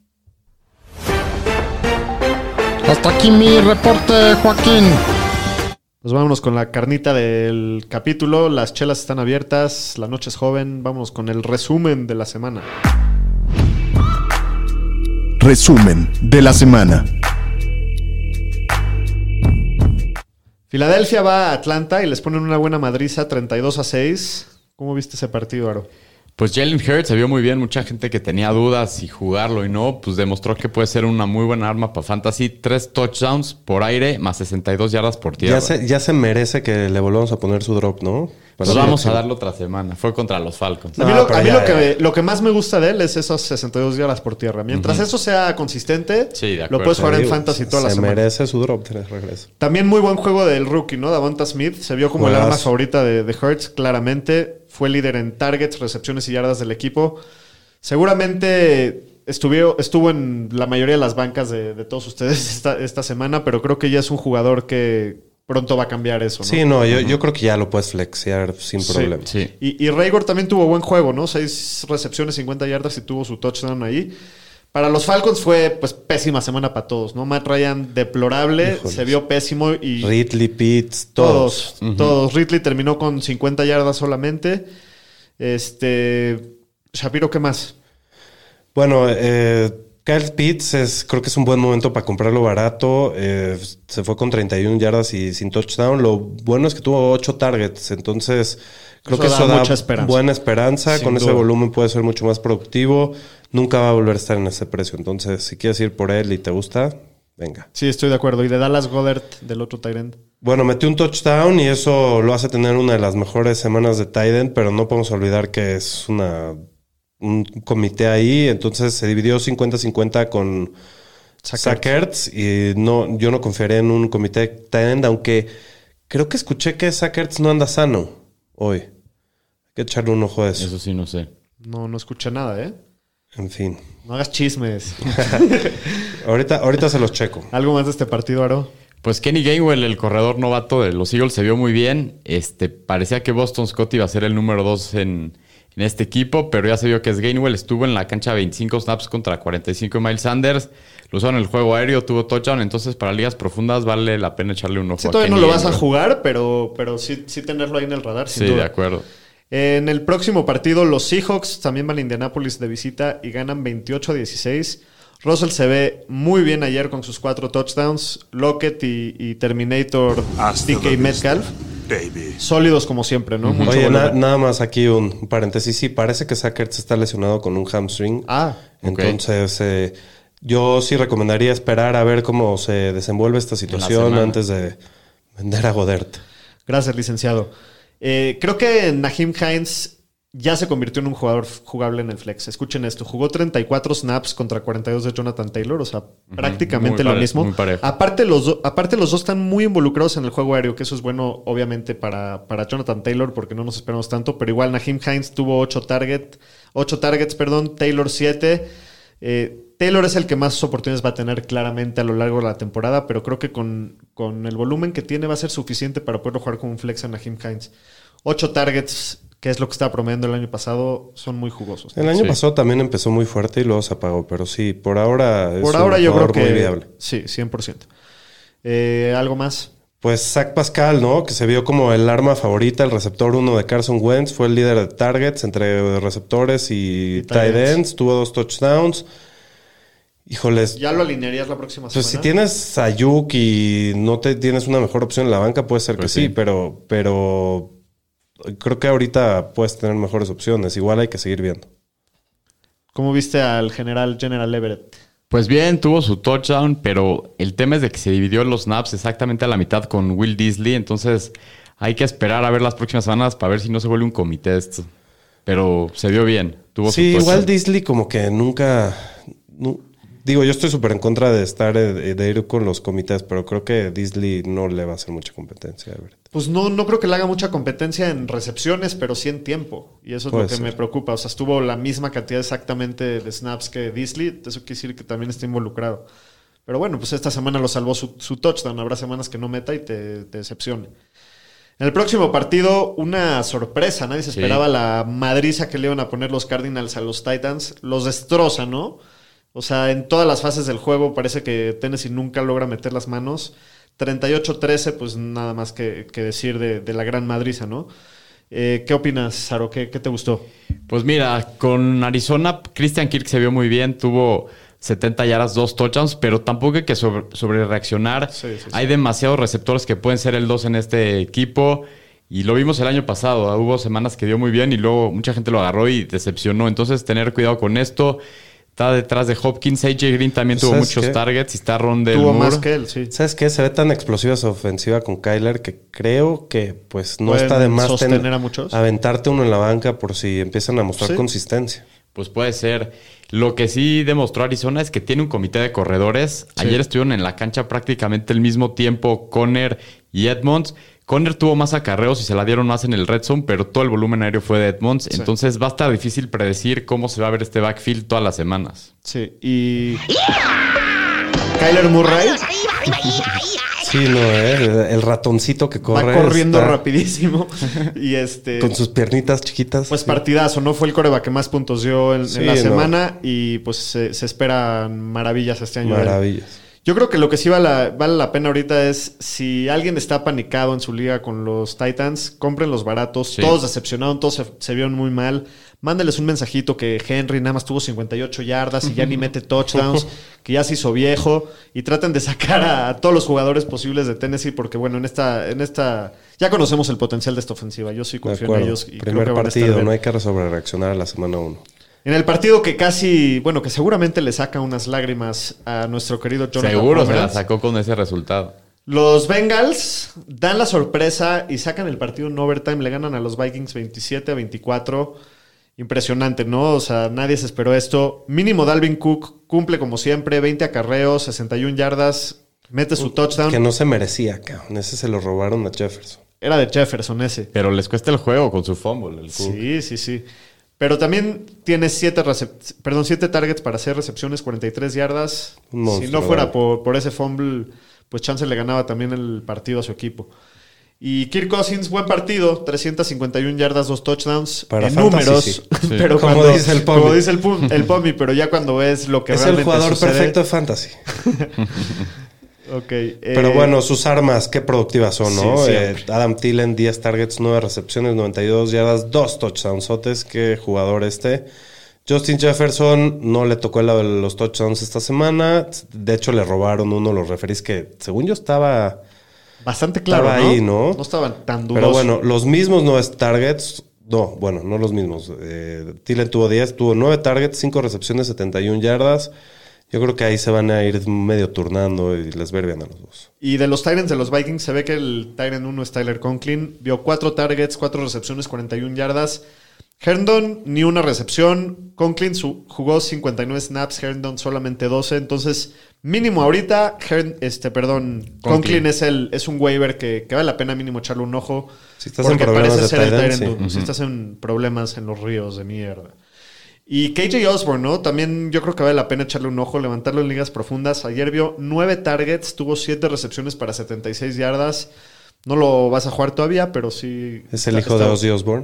Hasta aquí mi reporte, Joaquín. Pues vámonos con la carnita del capítulo. Las chelas están abiertas. La noche es joven. Vámonos con el resumen de la semana. Resumen de la semana. Filadelfia va a Atlanta y les ponen una buena madriza, treinta y dos a seis. ¿Cómo viste ese partido, Aro? Pues Jalen Hurts se vio muy bien. Mucha gente que tenía dudas si jugarlo y no, pues demostró que puede ser una muy buena arma para fantasy. Tres touchdowns por aire más sesenta y dos yardas por tierra. Ya se, ya se merece que le volvamos a poner su drop, ¿no? Pues vamos a darlo otra semana. Fue contra los Falcons. A mí, No, lo, pero a mí ya, lo, que, ya. lo que más me gusta de él es esos sesenta y dos yardas por tierra. Mientras Ujú. eso sea consistente, Sí, de lo acuerdo. puedes jugar en Digo, fantasy toda la se semana. merece su drop de regreso. También muy buen juego del rookie, ¿no? Davonta Smith se vio como el Juegazo. arma favorita de, de Hurts, claramente. Fue líder en targets, recepciones y yardas del equipo. Seguramente estuvo, estuvo en la mayoría de las bancas de, de todos ustedes esta, esta semana, pero creo que ya es un jugador que pronto va a cambiar eso, ¿no? Sí, no, yo, yo creo que ya lo puedes flexear sin Sí. problema. Sí. Y, y Raygor también tuvo buen juego, ¿no? Seis recepciones, cincuenta yardas y tuvo su touchdown ahí. Para los Falcons fue pues pésima semana para todos, ¿no? Matt Ryan deplorable, Híjoles. se vio pésimo y Ridley, Pitts, todos. todos, todos. Ridley terminó con cincuenta yardas solamente. Este, Shapiro, ¿qué más? Bueno, eh, Kyle Pitts es, creo que es un buen momento para comprarlo barato. Eh, se fue con treinta y una yardas y sin touchdown. Lo bueno es que tuvo ocho targets, entonces creo Eso que da eso da mucha esperanza. buena esperanza. Sin Con ese duda. volumen puede ser mucho más productivo. Nunca va a volver a estar en ese precio. Entonces, si quieres ir por él y te gusta, venga. Sí, estoy de acuerdo. Y de Dallas Goddard, del otro tight end. Bueno, metió un touchdown y eso lo hace tener una de las mejores semanas de tight end, pero no podemos olvidar que es una un comité ahí, entonces se dividió cincuenta cincuenta con Zach Zach Ertz y no, yo no confiaré en un comité de tight end, aunque creo que escuché que Zach Ertz no anda sano hoy. Hay que echarle un ojo a eso. Eso sí, no sé. No, no escuché nada, ¿eh? En fin. No hagas chismes. Ahorita, ahorita se los checo. ¿Algo más de este partido, Aro? Pues Kenny Gainwell, el corredor novato de los Eagles, se vio muy bien. Este, parecía que Boston Scott iba a ser el número dos en, en este equipo, pero ya se vio que es Gainwell. Estuvo en la cancha veinticinco snaps contra cuarenta y cinco de Miles Sanders. Lo usó en el juego aéreo, tuvo touchdown. Entonces, para ligas profundas vale la pena echarle un ojo Sí, a todavía no Kenny lo vas a Gainwell. jugar, pero, pero sí, sí tenerlo ahí en el radar, sin Sí, duda. de acuerdo. En el próximo partido, los Seahawks también van a Indianapolis de visita y ganan veintiocho a dieciséis. Russell se ve muy bien ayer con sus cuatro touchdowns. Lockett y, y Terminator Hasta D K la Metcalf. baby. Sólidos como siempre, ¿no? Mucho Oye, na- volumen. nada más aquí un paréntesis. Sí, parece que Zach Ertz está lesionado con un hamstring. Ah, ok. Entonces, eh, yo sí recomendaría esperar a ver cómo se desenvuelve esta situación semana. antes de vender a Godert. gracias, licenciado. Eh, creo que Naheem Hines ya se convirtió en un jugador jugable en el flex. Escuchen esto. Jugó treinta y cuatro snaps contra cuarenta y dos de Jonathan Taylor. O sea, prácticamente Muy lo pare- mismo. muy parejo. Aparte los, do- aparte, los dos están muy involucrados en el juego aéreo, que eso es bueno, obviamente, para, para Jonathan Taylor, porque no nos esperamos tanto. Pero igual, Naheem Hines tuvo ocho target, ocho targets, perdón, Taylor siete. Eh, Taylor es el que más oportunidades va a tener claramente a lo largo de la temporada, pero creo que con, con el volumen que tiene va a ser suficiente para poderlo jugar con un flex a Naheem Hines. Ocho targets, que es lo que estaba promediando el año pasado, son muy jugosos. El año Sí. pasado también empezó muy fuerte y luego se apagó, pero sí, por ahora es Por un ahora yo creo jugador que muy viable. sí, cien por ciento. Eh, ¿Algo más? Pues Zach Pascal, ¿no? Que se vio como el arma favorita, el receptor uno de Carson Wentz, fue el líder de targets entre receptores y, Y tight tight ends. ends, tuvo dos touchdowns. Híjoles, ¿Ya lo alinearías la próxima pues si semana? tienes a Ayuk y no te tienes una mejor opción en la banca, puede ser Pues que sí, sí. pero, pero creo que ahorita puedes tener mejores opciones. Igual hay que seguir viendo. ¿Cómo viste al general General Everett? Pues bien, tuvo su touchdown, pero el tema es de que se dividió los snaps exactamente a la mitad con Will Disley. Entonces hay que esperar a ver las próximas semanas para ver si no se vuelve un comité esto. Pero se vio bien. Tuvo Sí, su touchdown. igual Disley como que nunca... nu- digo, yo estoy súper en contra de estar eh, de ir con los comités, pero creo que Disley no le va a hacer mucha competencia. A ver. Pues no, no creo que le haga mucha competencia en recepciones, pero sí en tiempo. Y eso es Puede lo que ser. me preocupa. O sea, estuvo la misma cantidad exactamente de snaps que Disley. Eso quiere decir que también está involucrado. Pero bueno, pues esta semana lo salvó su, su touchdown. Habrá semanas que no meta y te, te decepcione. En el próximo partido, una sorpresa. Nadie se Sí. esperaba la madriza que le iban a poner los Cardinals a los Titans. Los destroza, ¿no? O sea, en todas las fases del juego parece que Tennessee nunca logra meter las manos. treinta y ocho trece, pues nada más que, que decir de, de la gran madriza, ¿no? Eh, ¿Qué opinas, Saro? ¿Qué, ¿Qué te gustó? Pues mira, con Arizona, Christian Kirk se vio muy bien. Tuvo setenta yardas, dos touchdowns, pero tampoco hay que sobre, sobre reaccionar. Sí, sí, sí. Hay demasiados receptores que pueden ser el dos en este equipo. Y lo vimos el año pasado. Hubo semanas que dio muy bien y luego mucha gente lo agarró y decepcionó. Entonces, tener cuidado con esto. Está detrás de Hopkins. A J Green también tuvo ¿Sabes muchos qué? targets. Y está Rondell Tuvo Moore. más que él, sí. ¿Sabes qué? Se ve tan explosiva su ofensiva con Kyler que creo que pues no Pueden está de más sostener ten- a muchos. aventarte uno en la banca por si empiezan a mostrar Sí. consistencia. Pues puede ser. Lo que sí demostró Arizona es que tiene un comité de corredores. Sí. Ayer estuvieron en la cancha prácticamente al mismo tiempo Conner y Edmonds. Conner tuvo más acarreos y se la dieron más en el red zone, pero todo el volumen aéreo fue de Edmonds. Sí. Entonces va a estar difícil predecir cómo se va a ver este backfield todas las semanas. Sí, y... Kyler Murray Sí, no, ¿eh? El, el ratoncito que corre. va corriendo está rapidísimo. Y este... con sus piernitas chiquitas. Pues Sí. partidazo, ¿no? Fue el coreback que más puntos dio en, en Sí, la no. semana y pues se, se esperan maravillas este año. de él. Maravillas. Yo creo que lo que sí vale la, vale la pena ahorita es si alguien está panicado en su liga con los Titans, compren los baratos. Sí. Todos decepcionaron, todos se, se vieron muy mal. Mándeles un mensajito que Henry nada más tuvo cincuenta y ocho yardas y ya ni mete touchdowns, que ya se hizo viejo, y traten de sacar a, a todos los jugadores posibles de Tennessee porque bueno, en esta en esta ya conocemos el potencial de esta ofensiva. Yo sí De confío en acuerdo. ellos y creo Primer que van a estar partido, bien. no hay que sobre reaccionar a la semana uno. En el partido que casi, bueno, que seguramente le saca unas lágrimas a nuestro querido Jonathan Seguro se la Conrad. sacó con ese resultado. Los Bengals dan la sorpresa y sacan el partido en overtime. Le ganan a los Vikings veintisiete a veinticuatro. Impresionante, ¿no? O sea, nadie se esperó esto. Mínimo Dalvin Cook cumple como siempre. veinte acarreos, sesenta y una yardas. Mete su touchdown. Que no se merecía, cabrón. Ese se lo robaron a Jefferson. Era de Jefferson ese. Pero les cuesta el juego con su fumble. El Cook. Sí, sí, sí. Pero también tiene siete, recep- perdón, siete targets para hacer recepciones, cuarenta y tres yardas. Un monstruo, si no fuera vale. por, por ese fumble, pues chance le ganaba también el partido a su equipo. Y Kirk Cousins, buen partido, trescientas cincuenta y una yardas, dos touchdowns. Para en fantasy, números, sí. Sí. pero Como cuando- dice el Pommy. Como dice el, Pum- el Pommy, pero ya cuando ves lo que Es el realmente jugador sucede- perfecto de fantasy. Ok, Pero eh, bueno, sus armas, qué productivas son, ¿no? Sí, Eh, siempre. Adam Thielen, diez targets, nueve recepciones, noventa y dos yardas, dos touchdowns. Qué jugador este. Justin Jefferson no le tocó el lado de los touchdowns esta semana. De hecho, le robaron uno de los referees que, según yo, estaba... bastante claro, estaba ¿no? ahí, ¿no? No estaban tan dudosos. Pero bueno, los mismos nueve targets... No, bueno, no los mismos. Eh, Thielen tuvo diez, tuvo nueve targets, cinco recepciones, setenta y una yardas. Yo creo que ahí se van a ir medio turnando y les verbian a los dos. Y de los Tyrants de los Vikings, se ve que el Tyrant uno es Tyler Conklin. Vio cuatro targets, cuatro recepciones, cuarenta y una yardas. Herndon, ni una recepción. Conklin su- jugó cincuenta y nueve snaps, Herndon solamente doce. Entonces, mínimo ahorita, Hern- este, perdón, Conklin, Conklin. es, el, es un waiver que, que vale la pena mínimo echarle un ojo. Si estás en porque problemas parece de ser el tight end, Tyrant sí. uno. Si estás en problemas en los ríos de mierda. Y K J Osborne, ¿no? También yo creo que vale la pena echarle un ojo, levantarlo en ligas profundas. Ayer vio nueve targets, tuvo siete recepciones para setenta y seis yardas. No lo vas a jugar todavía, pero sí... Es el está- hijo de está- Ozzy Osbourne.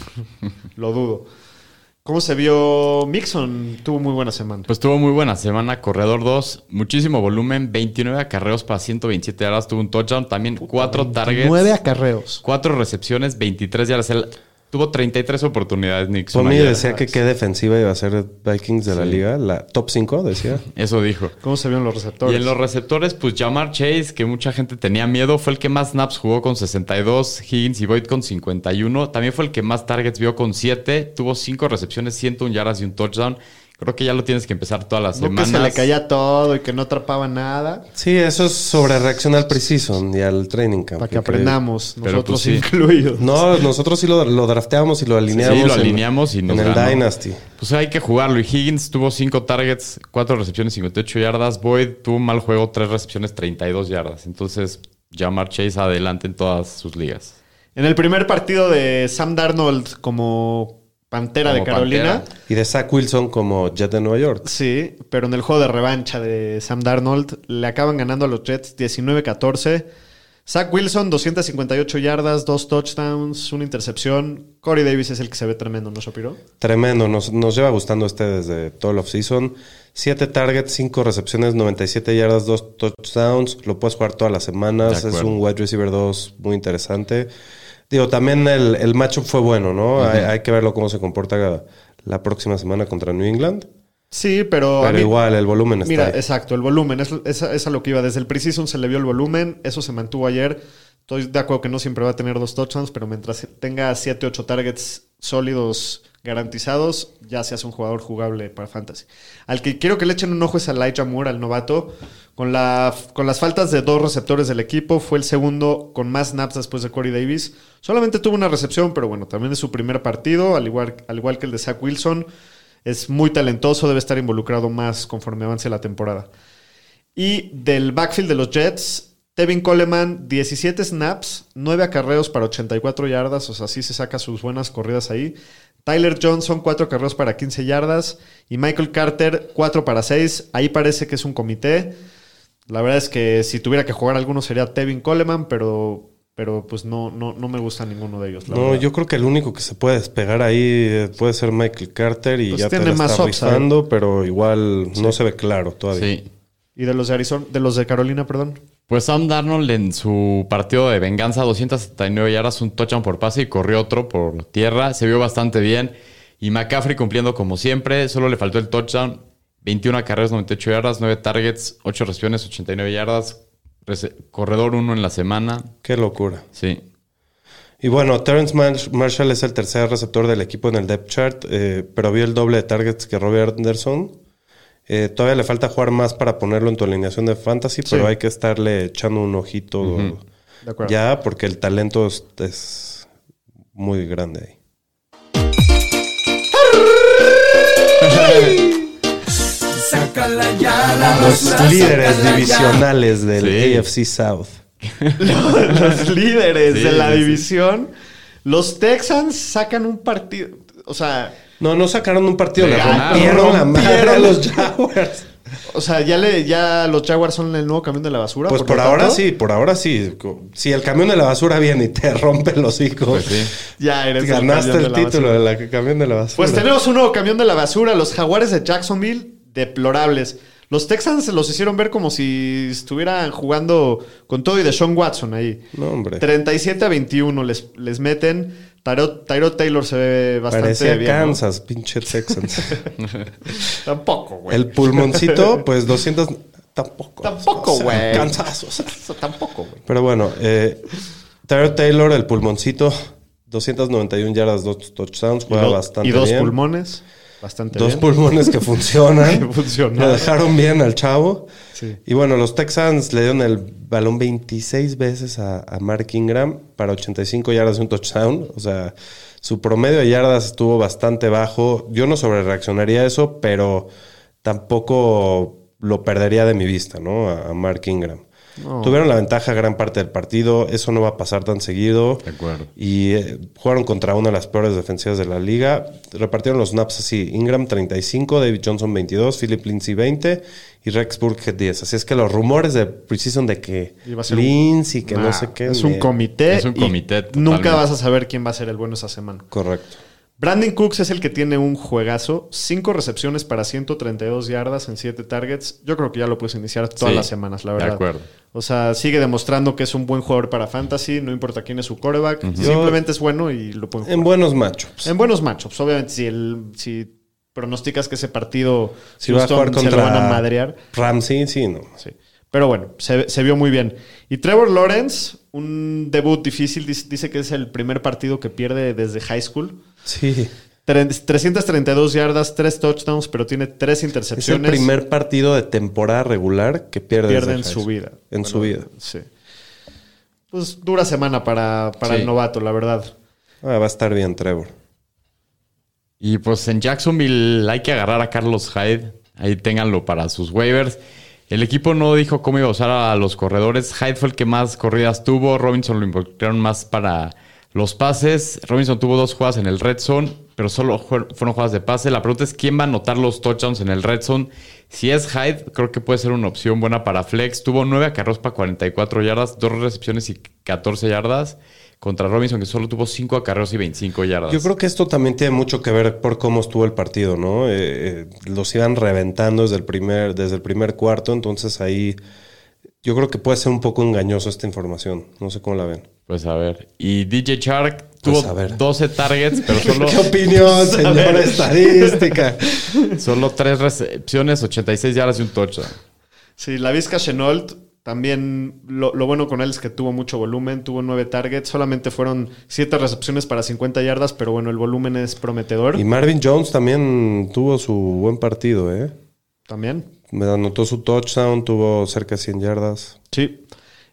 Lo dudo. ¿Cómo se vio Mixon? Tuvo muy buena semana. Pues tuvo muy buena semana. Corredor dos, muchísimo volumen, veintinueve acarreos para ciento veintisiete yardas. Tuvo un touchdown, también cuatro targets. Nueve acarreos. Cuatro recepciones, veintitrés yardas. Él tuvo treinta y tres oportunidades, Nixon. Tommy ayer. decía que qué defensiva iba a ser Vikings de la liga. La top cinco, decía. Eso dijo. ¿Cómo se vieron los receptores? Y en los receptores, pues Jamar Chase, que mucha gente tenía miedo, fue el que más snaps jugó con sesenta y dos, Higgins y Boyd con cincuenta y uno. También fue el que más targets vio con siete. Tuvo cinco recepciones, ciento una yardas y un touchdown. Creo que ya lo tienes que empezar todas las No, que semanas. se le caía todo y que no atrapaba nada. Sí, eso es sobre reacción al preseason y al training camp. Para que Yo creo. aprendamos, Pero, nosotros pues, sí. incluidos. No, nosotros sí lo, lo drafteamos y lo alineamos. Sí, lo en- alineamos y nos En el ganó. Dynasty. Pues hay que jugarlo. Y Higgins tuvo cinco targets, cuatro recepciones, cincuenta y ocho yardas. Boyd tuvo un mal juego, tres recepciones, treinta y dos yardas. Entonces, Jamar Chase adelante en todas sus ligas. En el primer partido de Sam Darnold como Pantera Como de Carolina. Pantera. Y de Zach Wilson como Jet de Nueva York. Sí, pero en el juego de revancha de Sam Darnold le acaban ganando a los Jets diecinueve catorce. Zach Wilson, doscientas cincuenta y ocho yardas, dos touchdowns, una intercepción. Corey Davis es el que se ve tremendo, ¿no, Shapiro? Tremendo, nos, nos lleva gustando este desde todo el offseason. Siete targets, cinco recepciones, noventa y siete yardas, dos touchdowns. Lo puedes jugar todas las semanas. De Es acuerdo. un wide receiver dos muy interesante. Digo, también el, el matchup fue bueno, ¿no? Ujú. hay, hay que verlo cómo se comporta la próxima semana contra New England. Sí, pero... a Pero mí- igual, el volumen está Mira, ahí. exacto, el volumen, es, es, es a lo que iba. Desde el preseason se le vio el volumen, eso se mantuvo ayer. Estoy de acuerdo que no siempre va a tener dos touchdowns, pero mientras tenga siete ocho targets sólidos garantizados, ya se hace un jugador jugable para Fantasy. Al que quiero que le echen un ojo es a Elijah Moore, al novato. Con, la, con las faltas de dos receptores del equipo, fue el segundo con más snaps después de Corey Davis. Solamente tuvo una recepción, pero bueno, también es su primer partido, al igual, al igual que el de Zach Wilson. Es muy talentoso, debe estar involucrado más conforme avance la temporada. Y del backfield de los Jets, Tevin Coleman, diecisiete snaps, nueve acarreos para ochenta y cuatro yardas, o sea, sí se saca sus buenas corridas ahí. Tyler Johnson, cuatro acarreos para quince yardas. Y Michael Carter, cuatro para seis. Ahí parece que es un comité. La verdad es que si tuviera que jugar alguno sería Tevin Coleman, pero, pero pues no, no, no me gusta ninguno de ellos. La no, verdad. Yo creo que el único que se puede despegar ahí puede ser Michael Carter y Pues ya te tiene la más está upside. rifando, pero igual Sí. no se ve claro todavía. Sí. ¿Y de los de Arizona, de los de Carolina, perdón? Pues Sam Darnold en su partido de venganza, doscientas setenta y nueve yardas, un touchdown por pase y corrió otro por tierra. Se vio bastante bien. Y McCaffrey cumpliendo como siempre. Solo le faltó el touchdown. veintiuno acarreos, noventa y ocho yardas, nueve targets, ocho recepciones, ochenta y nueve yardas. Rece- corredor uno en la semana. Qué locura. Sí. Y bueno, Terrence Marsh- Marshall es el tercer receptor del equipo en el depth chart, eh, pero vio el doble de targets que Robbie Anderson. Eh, todavía le falta jugar más para ponerlo en tu alineación de fantasy, pero Sí. hay que estarle echando un ojito Ujú. De acuerdo. ya, porque el talento es, es muy grande ahí. Los líderes divisionales del Sí. A F C South. los, los líderes Sí, de la sí, sí. división. Los Texans sacan un partido. O sea, No, no sacaron un partido, le Le ganaron. rompieron la madre a Rompieron. los Jaguars. o sea, ya le, ya los Jaguars son el nuevo camión de la basura. Pues por lo ahora tanto, sí, por ahora sí. Si el camión de la basura viene y te rompe el hocico, Pues sí. Ya eres ganaste camión de el la título basura. de la camión de la basura. Pues tenemos un nuevo camión de la basura. Los Jaguares de Jacksonville, deplorables. Los Texans los hicieron ver como si estuvieran jugando con todo y de Sean Watson ahí. No, hombre. treinta y siete a veintiuno les, les meten. Tyrod, Tyrod Taylor se ve bastante Parecía bien. ¿no? Kansas, pinche Texans. Tampoco, güey. El pulmoncito, pues doscientos... Tampoco. Tampoco, o sea, güey. Kansas, o sea. Eso tampoco, güey. Pero bueno, eh, Tyrod Taylor, el pulmoncito, doscientas noventa y una yardas, dos touchdowns, juega Y do- bastante Y dos bien. pulmones. Bastante Dos bien. pulmones que funcionan. Que funcionaron. Lo dejaron bien al chavo. Sí. Y bueno, los Texans le dieron el balón veintiséis veces a, a Mark Ingram para ochenta y cinco yardas y un touchdown. O sea, su promedio de yardas estuvo bastante bajo. Yo no sobrereaccionaría a eso, pero tampoco lo perdería de mi vista, ¿no? A, a Mark Ingram. No. Tuvieron la ventaja gran parte del partido. Eso no va a pasar tan seguido. De acuerdo. Y eh, jugaron contra una de las peores defensivas de la liga. Repartieron los snaps así. Ingram treinta y cinco, David Johnson veintidós, Philip Lindsay veinte y Rex Burkhead diez. Así es que los rumores de preseason de que Iba a ser un- Lindsay, que no Nah, sé qué. Es un me- comité. Es un y comité, totalmente. Nunca vas a saber quién va a ser el bueno esa semana. Correcto. Brandon Cooks es el que tiene un juegazo. Cinco recepciones para ciento treinta y dos yardas en siete targets. Yo creo que ya lo puedes iniciar todas Sí, las semanas, la de verdad. acuerdo. O sea, sigue demostrando que es un buen jugador para fantasy. No importa quién es su quarterback. Simplemente es bueno y lo pueden jugar. En buenos matchups. En buenos matchups. Obviamente, si, el, si pronosticas que ese partido Si va a Houston jugar se contra lo van a madrear. Ramsey, sí, no. Sí. Pero bueno, se, se vio muy bien. Y Trevor Lawrence, un debut difícil, dice, dice que es el primer partido que pierde desde high school. Sí. Tre- trescientas treinta y dos yardas, tres touchdowns, pero tiene tres Es el intercepciones. primer partido de temporada regular que pierde, pierde desde en high su school. vida. En Bueno, su vida. Sí. Pues dura semana para, para Sí. el novato, la verdad. Ah, va a estar bien, Trevor. Y pues en Jacksonville hay que agarrar a Carlos Hyde. Ahí ténganlo para sus waivers. El equipo no dijo cómo iba a usar a los corredores. Hyde fue el que más corridas tuvo. Robinson lo involucraron más para los pases. Robinson tuvo dos jugadas en el red zone, pero solo fueron jugadas de pase. La pregunta es quién va a anotar los touchdowns en el red zone. Si es Hyde, creo que puede ser una opción buena para flex. Tuvo nueve acarreos para cuarenta y cuatro yardas, dos recepciones y catorce yardas. Contra Robinson, que solo tuvo cinco acarreos y veinticinco yardas. Yo creo que esto también tiene mucho que ver por cómo estuvo el partido, ¿no? Eh, eh, los iban reventando desde el primer, desde el primer cuarto, entonces ahí yo creo que puede ser un poco engañoso esta información. No sé cómo la ven. Pues a ver. Y D J Chark tuvo Pues a ver. doce targets, pero solo, ¿Qué opinión, señor estadística? solo tres recepciones, ochenta y seis yardas y un touchdown. Sí, la Vizca Chenault También lo, lo bueno con él es que tuvo mucho volumen, tuvo nueve targets, solamente fueron siete recepciones para cincuenta yardas, pero bueno, el volumen es prometedor. Y Marvin Jones también tuvo su buen partido, ¿eh? También. Me anotó su touchdown, tuvo cerca de cien yardas. Sí.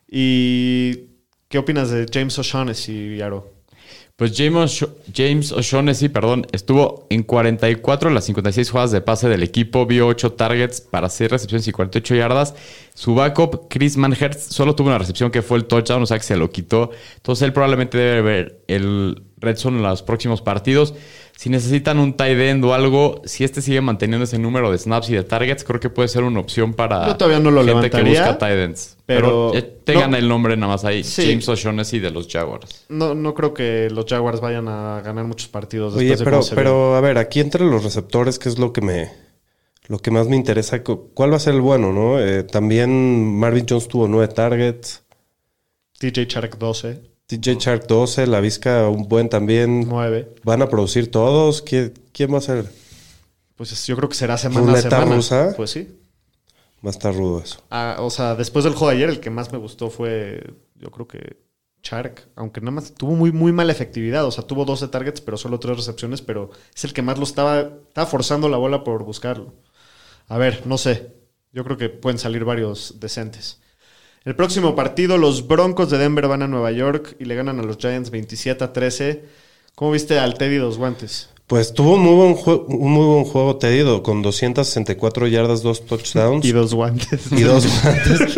¿Y qué opinas de James O'Shaughnessy, Yaro? Pues James, James O'Shaughnessy, perdón, estuvo en cuarenta y cuatro de las cincuenta y seis jugadas de pase del equipo, vio ocho targets para seis recepciones y cuarenta y ocho yardas. Su backup, Chris Manhertz, solo tuvo una recepción que fue el touchdown, o sea que se lo quitó. Entonces él probablemente debe ver el red zone en los próximos partidos. Si necesitan un tight end o algo, si este sigue manteniendo ese número de snaps y de targets, creo que puede ser una opción para Yo todavía no lo gente levantaría, que busca tight ends. pero- Pero, eh, tengan no. el nombre nada más ahí. Sí. James O'Shaughnessy de los Jaguars. No, no creo que los Jaguars vayan a ganar muchos partidos Oye, después de pero, cómo se pero a ver, aquí entre los receptores, ¿qué es lo que me lo que más me interesa? Cu- ¿Cuál va a ser el bueno, no? Eh, también Marvin Jones tuvo nueve targets. ve. D J Chark doce, D J Chark doce, La Vizca un buen también. nueve. ¿Van a producir todos? ¿Quién, quién va a ser? Pues yo creo que será semana a ¿Ruleta semana. rusa? Pues sí. Va a estar rudo eso. Ah, o sea, después del juego de ayer, el que más me gustó fue, yo creo que Chark, aunque nada más tuvo muy, muy mala efectividad. O sea, tuvo doce targets, pero solo tres recepciones, pero es el que más lo estaba, estaba forzando la bola por buscarlo. A ver, no sé. Yo creo que pueden salir varios decentes. El próximo partido, los Broncos de Denver van a Nueva York y le ganan a los Giants veintisiete a trece. ¿Cómo viste al Teddy dos guantes? Pues tuvo un muy buen, jue- un muy buen juego, Teddy, con doscientas sesenta y cuatro yardas, dos touchdowns Y dos guantes. y dos guantes.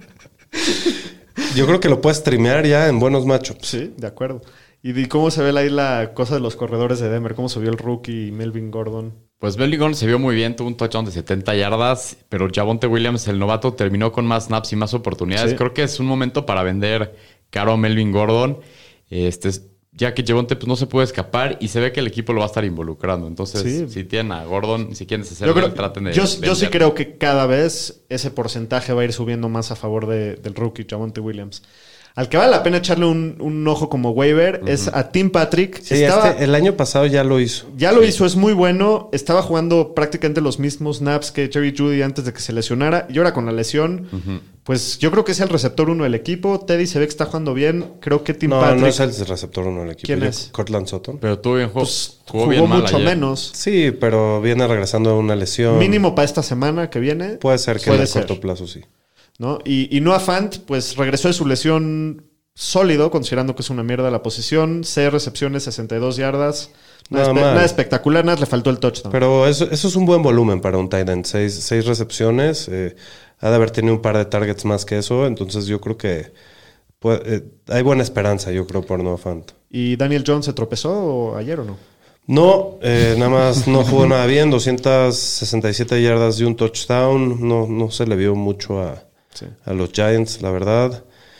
Yo creo que lo puedes streamear ya en buenos matchups. Sí, de acuerdo. ¿Y de cómo se ve ahí la cosa de los corredores de Denver? ¿Cómo se vio el rookie Melvin Gordon? Pues Melvin Gordon se vio muy bien, tuvo un touchdown de setenta yardas, pero Javonte Williams, el novato, terminó con más snaps y más oportunidades. Sí. Creo que es un momento para vender caro a Melvin Gordon, este, ya que Javonte pues, no se puede escapar y se ve que el equipo lo va a estar involucrando. Entonces, Sí. si tienen a Gordon, si quieren Yo, deshacerlo, creo- traten de yo, yo sí vender. creo que cada vez ese porcentaje va a ir subiendo más a favor de- del rookie Javonte Williams. Al que vale la pena echarle un, un ojo como waiver es a Tim Patrick. Sí, Estaba- este, el año pasado ya lo hizo. Ya lo hizo, es muy bueno. Estaba jugando prácticamente los mismos snaps que Jerry Jeudy antes de que se lesionara. Y ahora con la lesión, pues yo creo que es el receptor uno del equipo. Teddy se ve que está jugando bien. Creo que Tim No, Patrick no es el receptor uno del equipo. ¿Quién Yo- es? Cortland Sutton. Pero tuvo bien juego. pues, jugó jugó bien mal mucho ayer. menos. Sí, pero viene regresando de una lesión. Mínimo para esta semana que viene. Puede ser que Puede a ser, corto plazo sí. ¿no? Y, y Noah Fant, pues regresó de su lesión sólido, considerando que es una mierda la posición. seis recepciones, sesenta y dos yardas. Nada, Nada espe- mal. nada espectacular, nada, le faltó el touchdown. Pero eso, eso es un buen volumen para un tight end. Seis, seis recepciones. Eh, ha de haber tenido un par de targets más que eso. Entonces yo creo que puede- eh, hay buena esperanza, yo creo, por Noah Fant. ¿Y Daniel Jones se tropezó ayer o no? No, eh, nada más no jugó nada bien. doscientas sesenta y siete yardas y un touchdown. No, no se le vio mucho a, Sí. a los Giants, la verdad.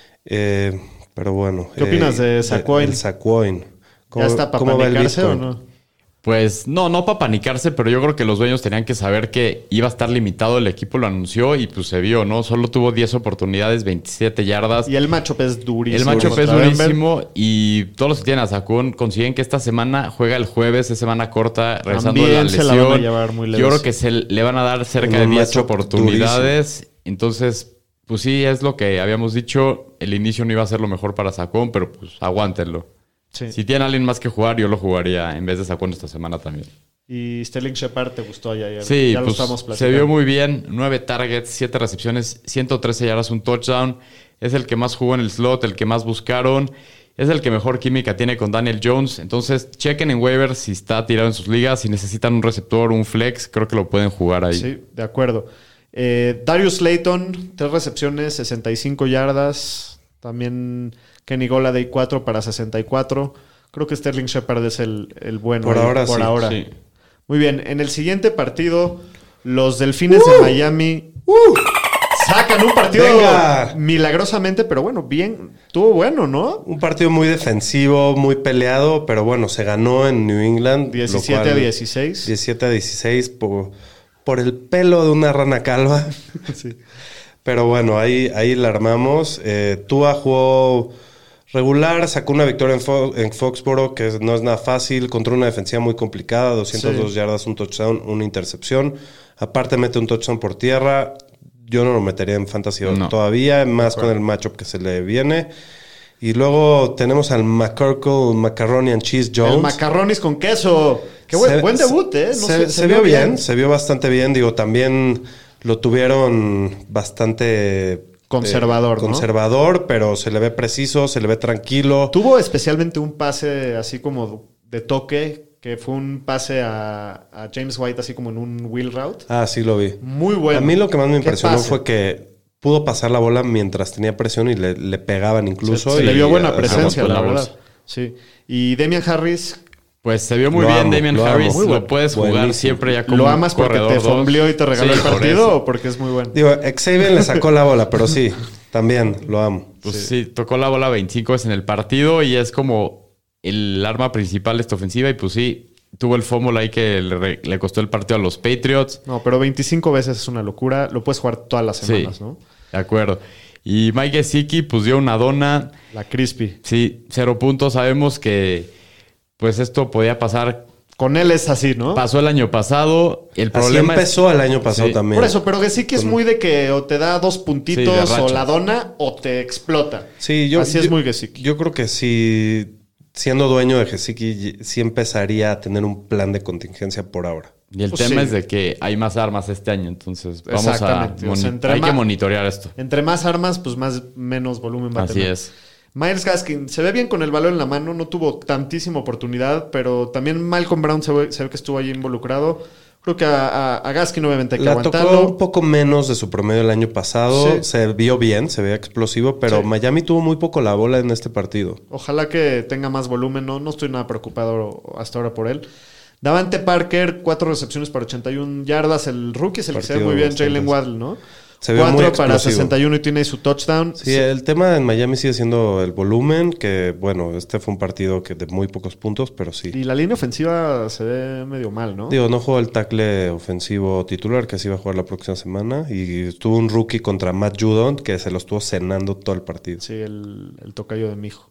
Eh, pero bueno. ¿Qué opinas de Saquon? El Saquon. ¿Ya está para panicarse o no? Pues no, no para panicarse, pero yo creo que los dueños tenían que saber que iba a estar limitado. El equipo lo anunció y pues se vio, ¿no? Solo tuvo diez oportunidades, veintisiete yardas. Y el matchup es durísimo. El matchup es contra Denver. durísimo y todos los que tienen a Saquon consiguen que esta semana juega el jueves, es semana corta, regresando de la También se lesión. la van a llevar muy Yo leves. creo que se le van a dar cerca En de un diez matchup oportunidades. Entonces, pues sí, es lo que habíamos dicho. El inicio no iba a ser lo mejor para Saquon, pero pues aguántenlo. Sí. Si tienen a alguien más que jugar, yo lo jugaría en vez de Saquon esta semana también. Y Sterling Shepard te gustó ayer. Sí, ya lo pues, estamos se platicando. vio muy bien. Nueve targets, siete recepciones, ciento trece yardas, un touchdown. Es el que más jugó en el slot, el que más buscaron. Es el que mejor química tiene con Daniel Jones. Entonces, chequen en waivers si está tirado en sus ligas. Si necesitan un receptor, un flex, creo que lo pueden jugar ahí. Sí, de acuerdo. Eh, Darius Slayton, tres recepciones, sesenta y cinco yardas. También Kenny Golladay, cuatro para sesenta y cuatro. Creo que Sterling Shepard es el, el bueno. Por ahí, ahora por sí, ahora. sí. Muy bien. En el siguiente partido, los Delfines de Miami sacan un partido Venga. milagrosamente, pero bueno, bien. Estuvo bueno, ¿no? Un partido muy defensivo, muy peleado, pero bueno, se ganó en New England. lo diecisiete cual- a dieciséis. diecisiete a dieciséis por, por el pelo de una rana calva. Sí. Pero bueno, ahí, ahí la armamos. Eh, Tua jugó regular, sacó una victoria en, Fo- en Foxboro, que no es nada fácil, contra una defensiva muy complicada, doscientas dos Sí. yardas, un touchdown, una intercepción. Aparte mete un touchdown por tierra. yo no lo metería en fantasy No. todavía, más con el matchup que se le viene. Y luego tenemos al McCorkle Macaroni and Cheese Jones. El macarronis con queso. Qué buen, Se- buen debut, ¿eh? No se, sé, se vio bien, se vio bastante bien. Digo, también lo tuvieron bastante... Conservador, eh, ¿no? Conservador, pero se le ve preciso, se le ve tranquilo. Tuvo especialmente un pase así como de toque, que fue un pase a, a James White así como en un wheel route. Ah, sí lo vi. Muy bueno. A mí lo que más me Qué impresionó pase. fue que pudo pasar la bola mientras tenía presión y le, le pegaban incluso. Se, se y, le vio buena eh, presencia, aguantó la la verdad. bolsa. Sí. Y Damian Harris, Pues se vio muy Lo bien amo, Damian lo amo. Harris. Muy Lo bueno. puedes jugar Buenísimo. siempre ya como ¿lo un amas porque corredor te dos. fombleó y te regaló Sí, el por partido eso. o porque es muy bueno? Digo, Xavier le sacó la bola, pero sí, también lo amo. Pues sí. tocó la bola veinticinco veces en el partido y es como el arma principal de esta ofensiva. Y pues sí, tuvo el fumble ahí que le, re- le costó el partido a los Patriots. No, pero veinticinco veces es una locura. Lo puedes jugar todas las semanas, Sí, ¿no? de acuerdo. Y Mike Gesicki pues dio una dona. La crispy. Sí, cero puntos. Sabemos que pues esto podía pasar. Con él es así, ¿no? Pasó el año pasado. El Así problema empezó es... el año pasado Sí. también. Por eso, pero Gesicki es muy de que o te da dos Sí, de puntitos o rachas. la dona o te explota. Sí, yo, Así es yo- muy Gesicki. Yo creo que sí, siendo dueño de Gesicki, sí empezaría a tener un plan de contingencia por ahora. Y el Pues tema sí. es de que hay más armas este año, entonces vamos a Exactamente. O sea, moni- entre hay ma- que monitorear esto. Entre más armas, pues más menos volumen va a Así tener. es. Miles Gaskin se ve bien con el balón en la mano, no tuvo tantísima oportunidad, pero también Malcolm Brown se ve, se ve que estuvo ahí involucrado. Creo que a, a- a Gaskin obviamente hay que La tocó aguantarlo. un poco menos de su promedio el año pasado. Sí. Se vio bien, se veía explosivo, pero Sí. Miami tuvo muy poco la bola en este partido. Ojalá que tenga más volumen, no, no estoy nada preocupado hasta ahora por él. Davante Parker, cuatro recepciones para ochenta y una yardas. El rookie es el que se ve Partido muy bien, bastante. Jalen Waddle, ¿no? Se vio muy Cuatro para explosivo. sesenta y uno y tiene ahí su touchdown. Sí, el tema en Miami sigue siendo el volumen, que bueno, este fue un partido que de muy pocos puntos, pero sí. Y la línea ofensiva se ve medio mal, ¿no? Digo, no jugó el tackle ofensivo titular, que sí va a jugar la próxima semana. Y estuvo un rookie contra Matt Judon, que se lo estuvo cenando todo el partido. Sí, el, el tocayo de mi hijo,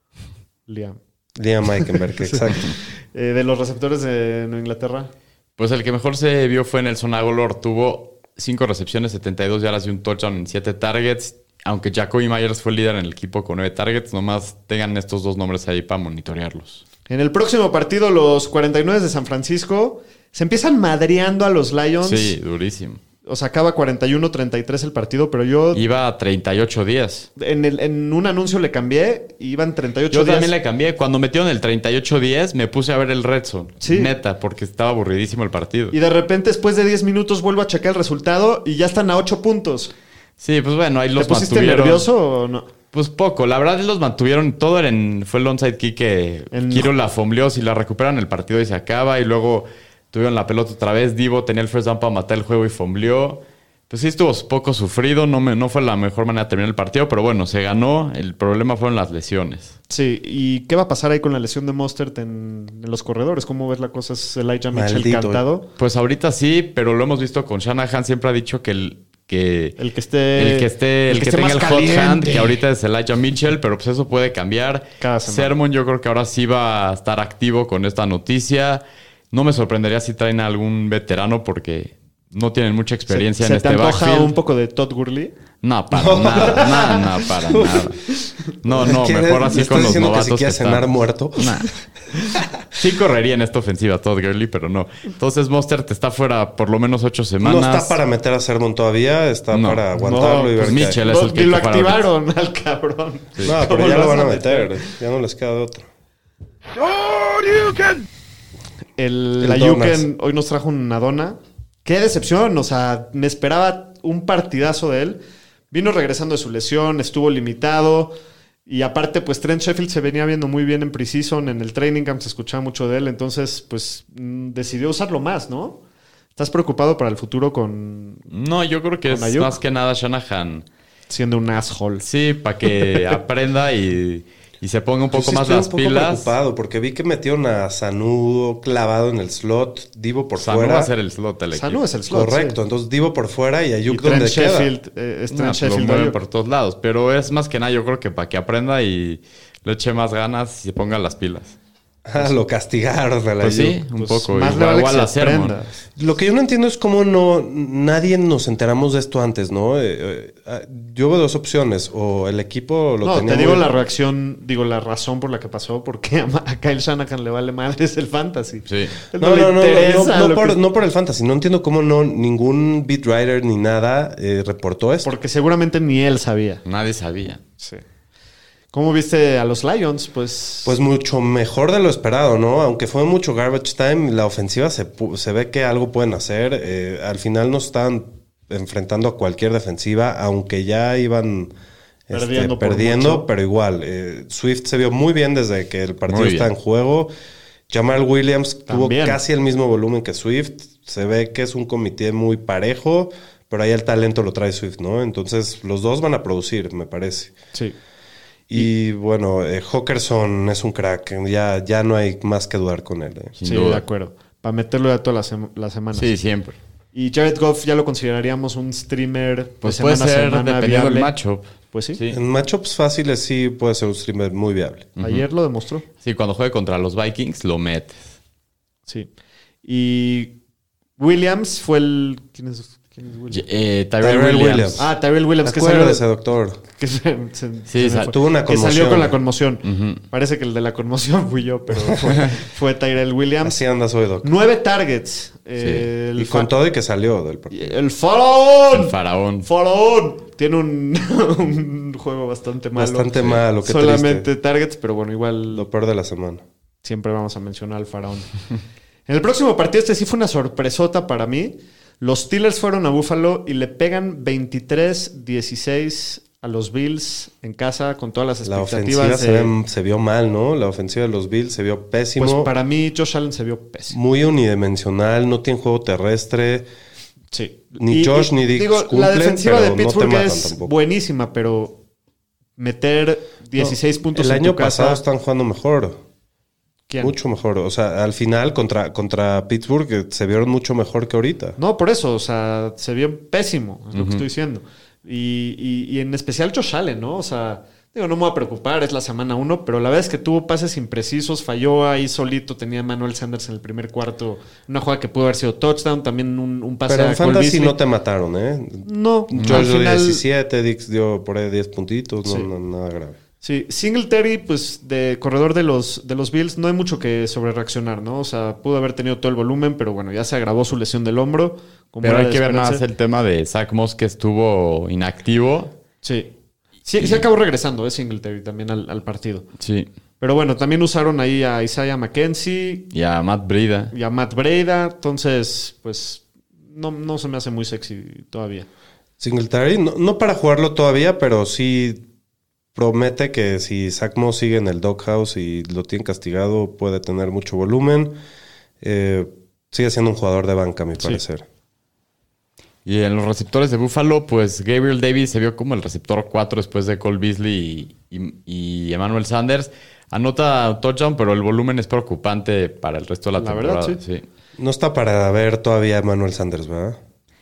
Liam. Liam Eikenberg, exacto. Eh, de los receptores de Nueva Inglaterra. Pues el que mejor se vio fue Nelson Aguilar. Tuvo cinco recepciones, setenta y dos yardas y un touchdown en siete targets. Aunque Jacoby Myers fue el líder en el equipo con nueve targets, nomás tengan estos dos nombres ahí para monitorearlos. En el próximo partido, los cuarenta y nueve de San Francisco se empiezan madreando a los Lions. Sí, durísimo. O sea, acaba cuarenta y uno treinta y tres el partido, pero yo Iba a treinta y ocho días. en, el- en un anuncio le cambié y iban treinta y ocho Yo días. también le cambié. Cuando metieron el treinta y ocho diez, me puse a ver el Red Zone. Sí. Neta, porque estaba aburridísimo el partido. Y de repente, después de diez minutos, vuelvo a checar el resultado y ya están a ocho puntos. Sí, pues bueno, ahí los ¿Te pusiste mantuvieron. nervioso o no? Pues poco, la verdad los mantuvieron, todo era en, fue el onside kick que En- Kiro la fombleó, si la recuperan el partido y se acaba, y luego tuvieron la pelota otra vez, Divo tenía el first down para matar el juego y fombleó. Pues sí estuvo poco sufrido, no, me, no fue la mejor manera de terminar el partido, pero bueno, se ganó, el problema fueron las lesiones. Sí, ¿y qué va a pasar ahí con la lesión de Mostert en, en los corredores? ¿Cómo ves la cosa? ¿Es Elijah Mitchell Maldito. cantado? Pues ahorita sí, pero lo hemos visto con Shanahan, siempre ha dicho que el que El que esté... el que esté, el que, esté tenga más el hot hand, caliente. que ahorita es Elijah Mitchell, pero pues eso puede cambiar. Cada semana. Sermon yo creo que ahora sí va a estar activo con esta noticia. No me sorprendería si traen a algún veterano porque no tienen mucha experiencia ¿Se, en se este te antoja backfield. un poco de Todd Gurley? No, para nada, nada, nada, para nada. No, no, ¿Quieres- mejor me así estás con los diciendo novatos. que si quieres están. cenar muerto? Nah. Sí correría en esta ofensiva Todd Gurley, pero no. Entonces Mostert está fuera por lo menos ocho No semanas. está para meter a Sermon todavía, está No. para aguantarlo No, y ver pues qué hay. Mitchell es No, el que y lo hay que jugar ahorita. activaron al cabrón. No, pero ¿Cómo ya lo vas van a meter. Ya no les queda de otro. El, El la Donas. Yuken hoy nos trajo una dona. Qué decepción, o sea, me esperaba un partidazo de él. Vino regresando de su lesión, estuvo limitado. Y aparte, pues Trent Sheffield se venía viendo muy bien en preseason, en el training camp se escuchaba mucho de él. Entonces, pues mm, decidió usarlo más, ¿no? ¿Estás preocupado para el futuro con No, yo creo que ¿Con es Ayuk? más que nada Shanahan. siendo un asshole? Sí, para que aprenda y, y se ponga un Yo poco sí más estoy las un poco pilas. preocupado porque vi que metieron a Sanu clavado en el slot, Divo por Sanu fuera. va a ser el slot del equipo. Sanu es el slot. Correcto, sí. entonces Divo por fuera y Y Ayuk Trent donde queda. Sheffield, eh, es No, Trent pues lo Sheffield. mueven Ayuk. por todos lados. Pero es más que nada, yo creo que para que aprenda y le eche más ganas y se ponga las pilas. Ah, lo castigaron a la Pues sí, Juve. un Pues poco. más le igual, vale que igual se a Sermon. aprenda. Lo que yo no entiendo es cómo no nadie nos enteramos de esto antes, ¿no? Eh, eh, ah, yo veo dos opciones. O el equipo lo No, tenía te digo muy- la reacción, digo la razón por la que pasó, porque a, Ma- a Kyle Shanahan le vale madres el fantasy. Sí. Él No, le no, no, no, interesa no, lo por, que- no por el fantasy. No entiendo cómo no ningún beat writer ni nada eh, reportó esto. Porque seguramente ni él sabía. Nadie sabía. Sí. ¿Cómo viste a los Lions? Pues, Pues mucho mejor de lo esperado, ¿no? Aunque fue mucho garbage time, la ofensiva se, pu- se ve que algo pueden hacer. Eh, al final no estaban enfrentando a cualquier defensiva, aunque ya iban este, Perdiendo por perdiendo, mucho. pero igual. eh, Swift se vio muy bien desde que el partido Muy está bien. en juego. Jamal Williams También. tuvo casi el mismo volumen que Swift. Se ve que es un comité muy parejo, pero ahí el talento lo trae Swift, ¿no? Entonces los dos van a producir, me parece. sí. Y bueno, eh, Hawkinson es un crack. Ya, ya no hay más que dudar con él. eh. Sin sí, duda. de acuerdo. Para meterlo ya todas las, sem- las semanas. Sí, siempre. Y Jared Goff ya lo consideraríamos un streamer Pues de puede semana a ser semana dependiendo del viable. matchup. Pues sí. Sí. En matchups fáciles sí puede ser un streamer muy viable. Ayer lo demostró. Sí, cuando juegue contra los Vikings lo metes. Sí. Y Williams fue el... ¿Quién es, quién es Williams? Eh, Tyrell Tyrell Williams. Williams. Ah, Tyrell Williams, que salió, Acuérdese, doctor. que se- se- Sí, se me sal- fue. tuvo una Que salió conmoción. con la conmoción. Ujú. Parece que el de la conmoción fui yo, pero fue, fue Tyrell Williams. Así andas hoy, doc. Nueve targets. Eh, el Y con fa- todo y que salió del partido. El faraón. El faraón. Faraón. Tiene un, un juego bastante malo. Bastante malo, qué Solamente triste. targets, pero bueno, igual Lo peor de la semana. siempre vamos a mencionar al faraón. En el próximo partido, este sí fue una sorpresota para mí. Los Steelers fueron a Buffalo y le pegan veintitrés dieciséis a los Bills en casa con todas las La expectativas. ofensiva se, de- ve- se vio mal, ¿no? La ofensiva de los Bills se vio pésimo. Pues para mí, Josh Allen se vio pésimo. Muy unidimensional, no tiene juego terrestre. Sí. Ni Josh ni Diggs Digo, la cumplen, defensiva pero de no te Pittsburgh matan es tampoco. buenísima, pero meter dieciséis No, puntos el en año tu casa, pasado están jugando mejor. ¿quién? Mucho mejor. O sea, al final contra, contra Pittsburgh eh, se vieron mucho mejor que ahorita. No, por eso, o sea, se vio pésimo, es lo que estoy diciendo. Y, y- y en especial Josh Allen, ¿no? O sea, digo, no me voy a preocupar, es la semana uno, pero la verdad es que tuvo pases imprecisos, falló ahí solito, tenía a Manuel Sanders en el primer cuarto, una jugada que pudo haber sido touchdown, también un, un pase Pero a en Cole fantasy Beasley. no te mataron, ¿eh? No, George al dio final... diecisiete, Dix dio por ahí diez puntitos, no, Sí. no, nada grave. Sí, Singletary, pues de corredor de los, de los Bills, no hay mucho que sobre reaccionar, ¿no? O sea, pudo haber tenido todo el volumen, pero bueno, ya se agravó su lesión del hombro. como Pero era hay de que ver esperarse. más el tema de Zach Moss que estuvo inactivo. Sí. Sí, sí acabó regresando, eh, Singletary también al, al partido. Sí. Pero bueno, también usaron ahí a Isaiah McKenzie Y a Matt Breida. y a Matt Breida. Entonces, pues, no, no se me hace muy sexy todavía. Singletary, no, no para jugarlo todavía, pero sí promete que si Zach Moss sigue en el doghouse y lo tienen castigado, puede tener mucho volumen. Eh, sigue siendo un jugador de banca, a mi Sí. parecer. Y en los receptores de Buffalo, pues Gabriel Davis se vio como el receptor cuatro después de Cole Beasley y, y- y Emmanuel Sanders. Anota touchdown, pero el volumen es preocupante para el resto de la, La temporada. verdad, sí. No está para ver todavía a Manuel Sanders, ¿verdad?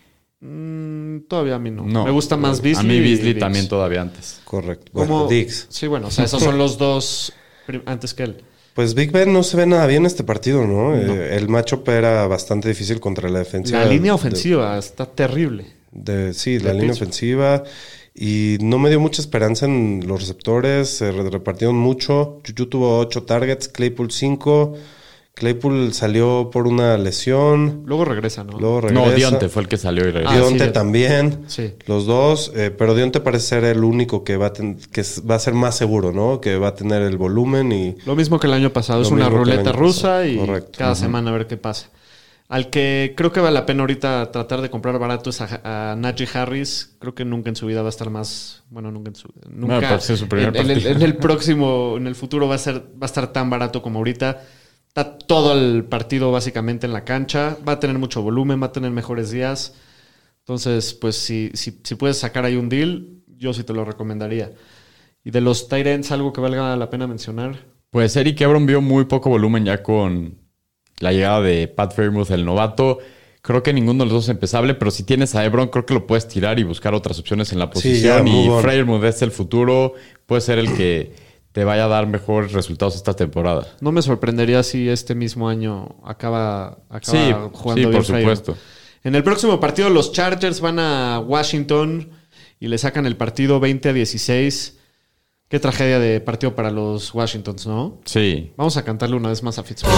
Mm, todavía a mí no. No. Me gusta más Beasley. A mí y Beasley Diggs. también todavía antes. Correcto. Como- Bueno, Diggs. Sí, bueno, o sea, esos son los dos prim- antes que él. Pues Big Ben no se ve nada bien este partido, ¿no? Eh, el matchup era bastante difícil contra la defensiva. La línea de- ofensiva está terrible. De, sí, la de línea Pittsburgh. ofensiva. Y no me dio mucha esperanza en los receptores. Se re- repartieron mucho. Juju tuvo ocho targets, Claypool cinco. Claypool salió por una lesión. Luego regresa, ¿no? Luego regresa. No, Dionte fue el que salió y regresó. Ah, Dionte sí. también. Sí. Los dos. eh, pero Dionte parece ser el único que va a, ten- que s- va a ser más seguro, ¿no? Que va a tener el volumen y... Lo mismo que el año pasado. Lo Es una mismo que el ruleta año rusa pasado. y Correcto. cada Ujú. semana a ver qué pasa. Al que creo que vale la pena ahorita tratar de comprar barato es a, a Najee Harris. Creo que nunca en su vida va a estar más... Bueno, nunca en su... Nunca, Bueno, pues es su primer en, en el, partido. en el próximo... En el futuro va a, ser, va a estar tan barato como ahorita. Está todo el partido básicamente en la cancha. Va a tener mucho volumen, va a tener mejores días. Entonces, pues si, si, si puedes sacar ahí un deal, yo sí te lo recomendaría. Y de los tight ends, algo que valga la pena mencionar. Pues Eric Ebron vio muy poco volumen ya con la llegada de Pat Freiermuth, el novato. Creo que ninguno de los dos es empezable, pero si tienes a Ebron, creo que lo puedes tirar y buscar otras opciones en la Sí, posición. ya, move y on. Freiermuth es el futuro. Puede ser el que te vaya a dar mejores resultados esta temporada. No me sorprendería si este mismo año acaba, acaba Sí, jugando sí, bien por Fryer. supuesto. En el próximo partido, los Chargers van a Washington y le sacan el partido veinte a dieciséis. Qué tragedia de partido para los Washingtons, ¿no? Sí. Vamos a cantarle una vez más a Fitzpatrick.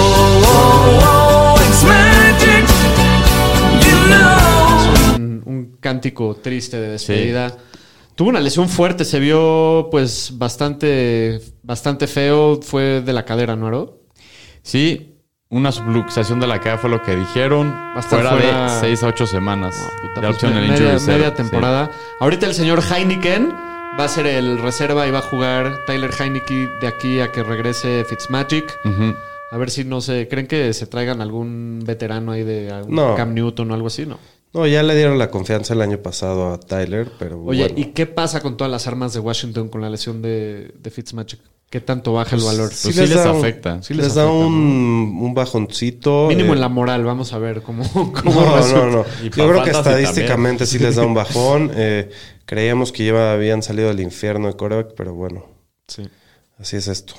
Es un, un cántico triste de despedida. Sí. Tuvo una lesión fuerte, se vio pues bastante, bastante feo. Fue de la cadera, ¿no, Aro? Sí, una subluxación de la cadera fue lo que dijeron. Fuera, fuera fuera de seis a ocho semanas. No, puta, de pues opción en el media, injury reserve. media temporada. Sí. Ahorita el señor Heineken va a ser el reserva y va a jugar Tyler Heineke de aquí a que regrese Fitzmagic. Uh-huh. A ver si no se... ¿Creen que se traigan algún veterano ahí de algún no. Cam Newton o algo así? No. No, ya le dieron la confianza el año pasado a Tyler, pero Oye, bueno. ¿y qué pasa con todas las armas de Washington con la lesión de, de Fitzmagic? ¿Qué tanto baja pues, el valor? Sí, pues les, sí les da afecta. Un, sí les les afecta, da un, ¿no? un bajoncito. Mínimo eh, en la moral, vamos a ver cómo, cómo No, resulta. no, no. Y Yo creo que fantasy estadísticamente también. sí les da un bajón. Eh, creíamos que ya habían salido del infierno de quarterback, pero bueno. Sí. Así es esto.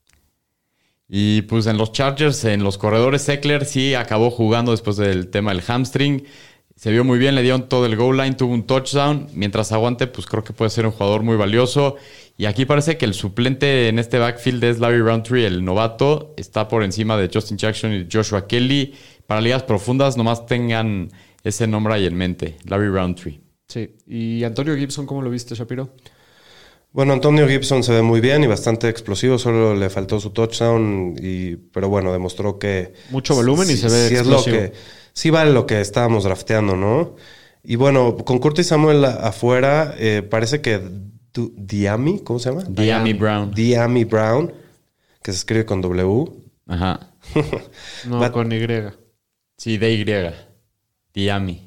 Y pues en los Chargers, en los corredores, Eckler sí acabó jugando después del tema del hamstring. Se vio muy bien, le dieron todo el goal line, tuvo un touchdown. Mientras aguante, pues creo que puede ser un jugador muy valioso. Y aquí parece que el suplente en este backfield es Larry Roundtree, el novato. Está por encima de Justin Jackson y Joshua Kelly. Para ligas profundas, nomás tengan ese nombre ahí en mente, Larry Roundtree. Sí. ¿Y Antonio Gibson cómo lo viste, Shapiro? Bueno, Antonio Gibson se ve muy bien y bastante explosivo. Solo le faltó su touchdown, y, pero bueno, demostró que... Mucho volumen sí, y se ve sí explosivo. Es lo que, sí vale lo que estábamos drafteando, ¿no? Y bueno, con Curtis Samuel afuera, eh, parece que du, Diami, ¿cómo se llama? Diami Brown. Diami Brown, que se escribe con W. Ajá. No, Va- con Y. Sí, D Y. Diami.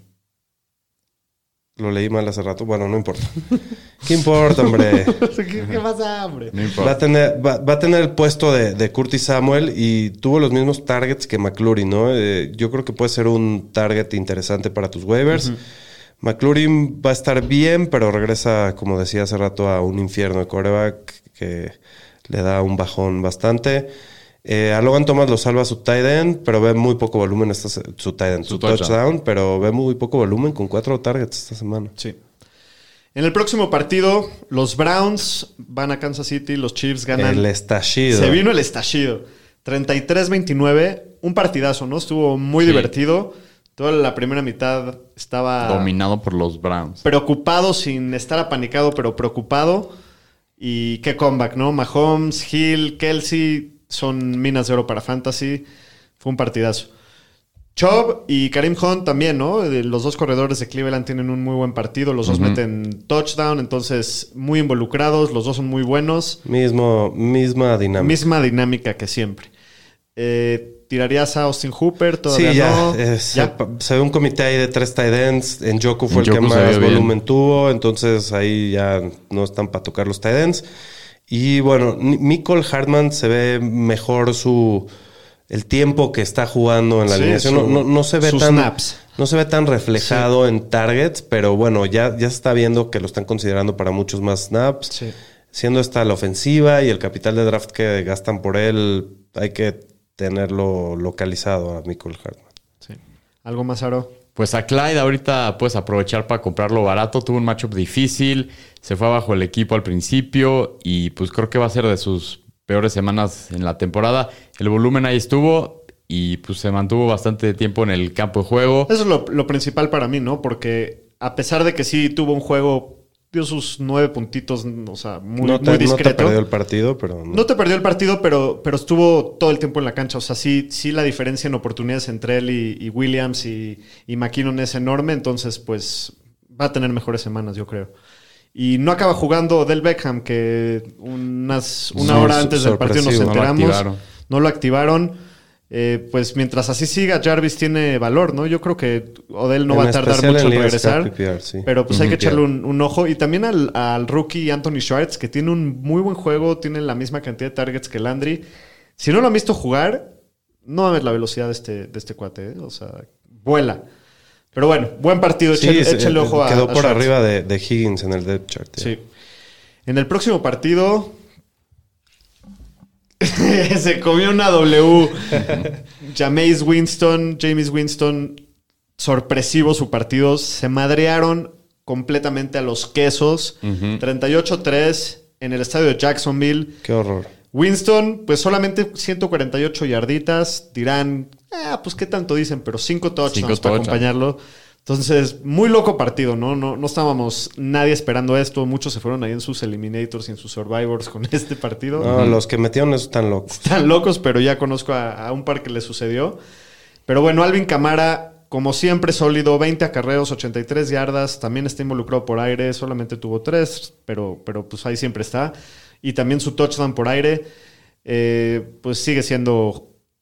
Lo leí mal hace rato. Bueno, no importa. ¿Qué importa, hombre? ¿Qué, qué pasa, hombre? No Va importa. a tener, va, va a tener el puesto de, de Curtis Samuel y tuvo los mismos targets que McClurry, ¿no? Eh, yo creo que puede ser un target interesante para tus waivers. Uh-huh. McClurry va a estar bien, pero regresa, como decía hace rato, a un infierno de quarterback que le da un bajón bastante. Eh, a Logan Thomas lo salva su tight end, pero ve muy poco volumen esta se- su tight end, su, Su touchdown. touchdown, pero ve muy poco volumen con cuatro targets esta semana. Sí. En el próximo partido, los Browns van a Kansas City, los Chiefs ganan. El estallido. Se vino el estallido. treinta y tres veintinueve, un partidazo, ¿no? Estuvo muy Sí. divertido. Toda la primera mitad estaba Dominado por los Browns. preocupado, sin estar apanicado, pero preocupado. Y qué comeback, ¿no? Mahomes, Hill, Kelsey son minas de oro para Fantasy. Fue un partidazo. Chubb y Kareem Hunt también, ¿no? Los dos corredores de Cleveland tienen un muy buen partido. Los dos Uh-huh. meten touchdown, entonces muy involucrados. Los dos son muy buenos. Mismo, misma dinámica. Misma dinámica que siempre. Eh, ¿Tirarías a Austin Hooper? Todavía Sí, ya, no. eh, se, se ve un comité ahí de tres tight ends. En Njoku fue el Njoku que se más vio volumen bien. tuvo. Entonces ahí ya no están para tocar los tight ends. Y bueno, Mecole Hardman se ve mejor su... El tiempo que está jugando en la Sí, alineación. su- no, no, no se ve sus tan... snaps. No se ve tan reflejado en targets. Pero bueno, ya, ya se está viendo que lo están considerando para muchos más snaps. Sí. Siendo esta la ofensiva y el capital de draft que gastan por él, hay que tenerlo localizado a Mecole Hardman. Sí. ¿Algo más, Aro? Pues a Clyde ahorita puedes aprovechar para comprarlo barato. Tuvo un matchup difícil. Se fue abajo el equipo al principio. Y pues creo que va a ser de sus peores semanas en la temporada. El volumen ahí estuvo. Y pues se mantuvo bastante tiempo en el campo de juego. Eso es lo, lo principal para mí, ¿no? Porque a pesar de que sí tuvo un juego, dio sus nueve puntitos, o sea, muy, no, te, muy discreto. no te perdió el partido, pero... No, No te perdió el partido, pero, pero estuvo todo el tiempo en la cancha. O sea, sí, sí la diferencia en oportunidades entre él y, y Williams y, y McKinnon es enorme. Entonces, pues, va a tener mejores semanas, yo creo. Y no acaba jugando Del Beckham, que unas, una Sí, hora antes del partido nos sorpresivo. No lo enteramos. activaron. No lo activaron. Eh, pues mientras así siga, Jarvis tiene valor, ¿no? Yo creo que Odell no En va a tardar especial mucho en en ligas regresar. K P P R, sí. Pero pues hay Ujú. que echarle un, un ojo. Y también al, al rookie Anthony Schwartz, que tiene un muy buen juego, tiene la misma cantidad de targets que Landry. Si no lo han visto jugar, no va a ver la velocidad de este, de este cuate, ¿eh? O sea, vuela. Pero bueno, buen partido, Sí, échale, se- échale ojo a quedó a por Schwartz. arriba de, de Higgins en el depth chart. ya. Sí. En el próximo partido, Se comió una W. Jameis Winston, Jameis Winston, sorpresivo su partido. Se madrearon completamente a los quesos. Uh-huh. treinta y ocho tres en el estadio de Jacksonville. Qué horror. Winston, pues solamente ciento cuarenta y ocho yarditas. Dirán, ah, pues qué tanto dicen, pero cinco touchdowns para acompañarlo. Entonces, muy loco partido, ¿no? ¿no? No estábamos nadie esperando esto. Muchos se fueron ahí en sus Eliminators y en sus Survivors con este partido. No, uh-huh. Los que metieron eso están locos. Están locos, pero ya conozco a, a un par que le sucedió. Pero bueno, Alvin Kamara, como siempre, sólido. veinte acarreos, ochenta y tres yardas. También está involucrado por aire. Solamente tuvo tres, pero, pero pues ahí siempre está. Y también su touchdown por aire. Eh, pues sigue siendo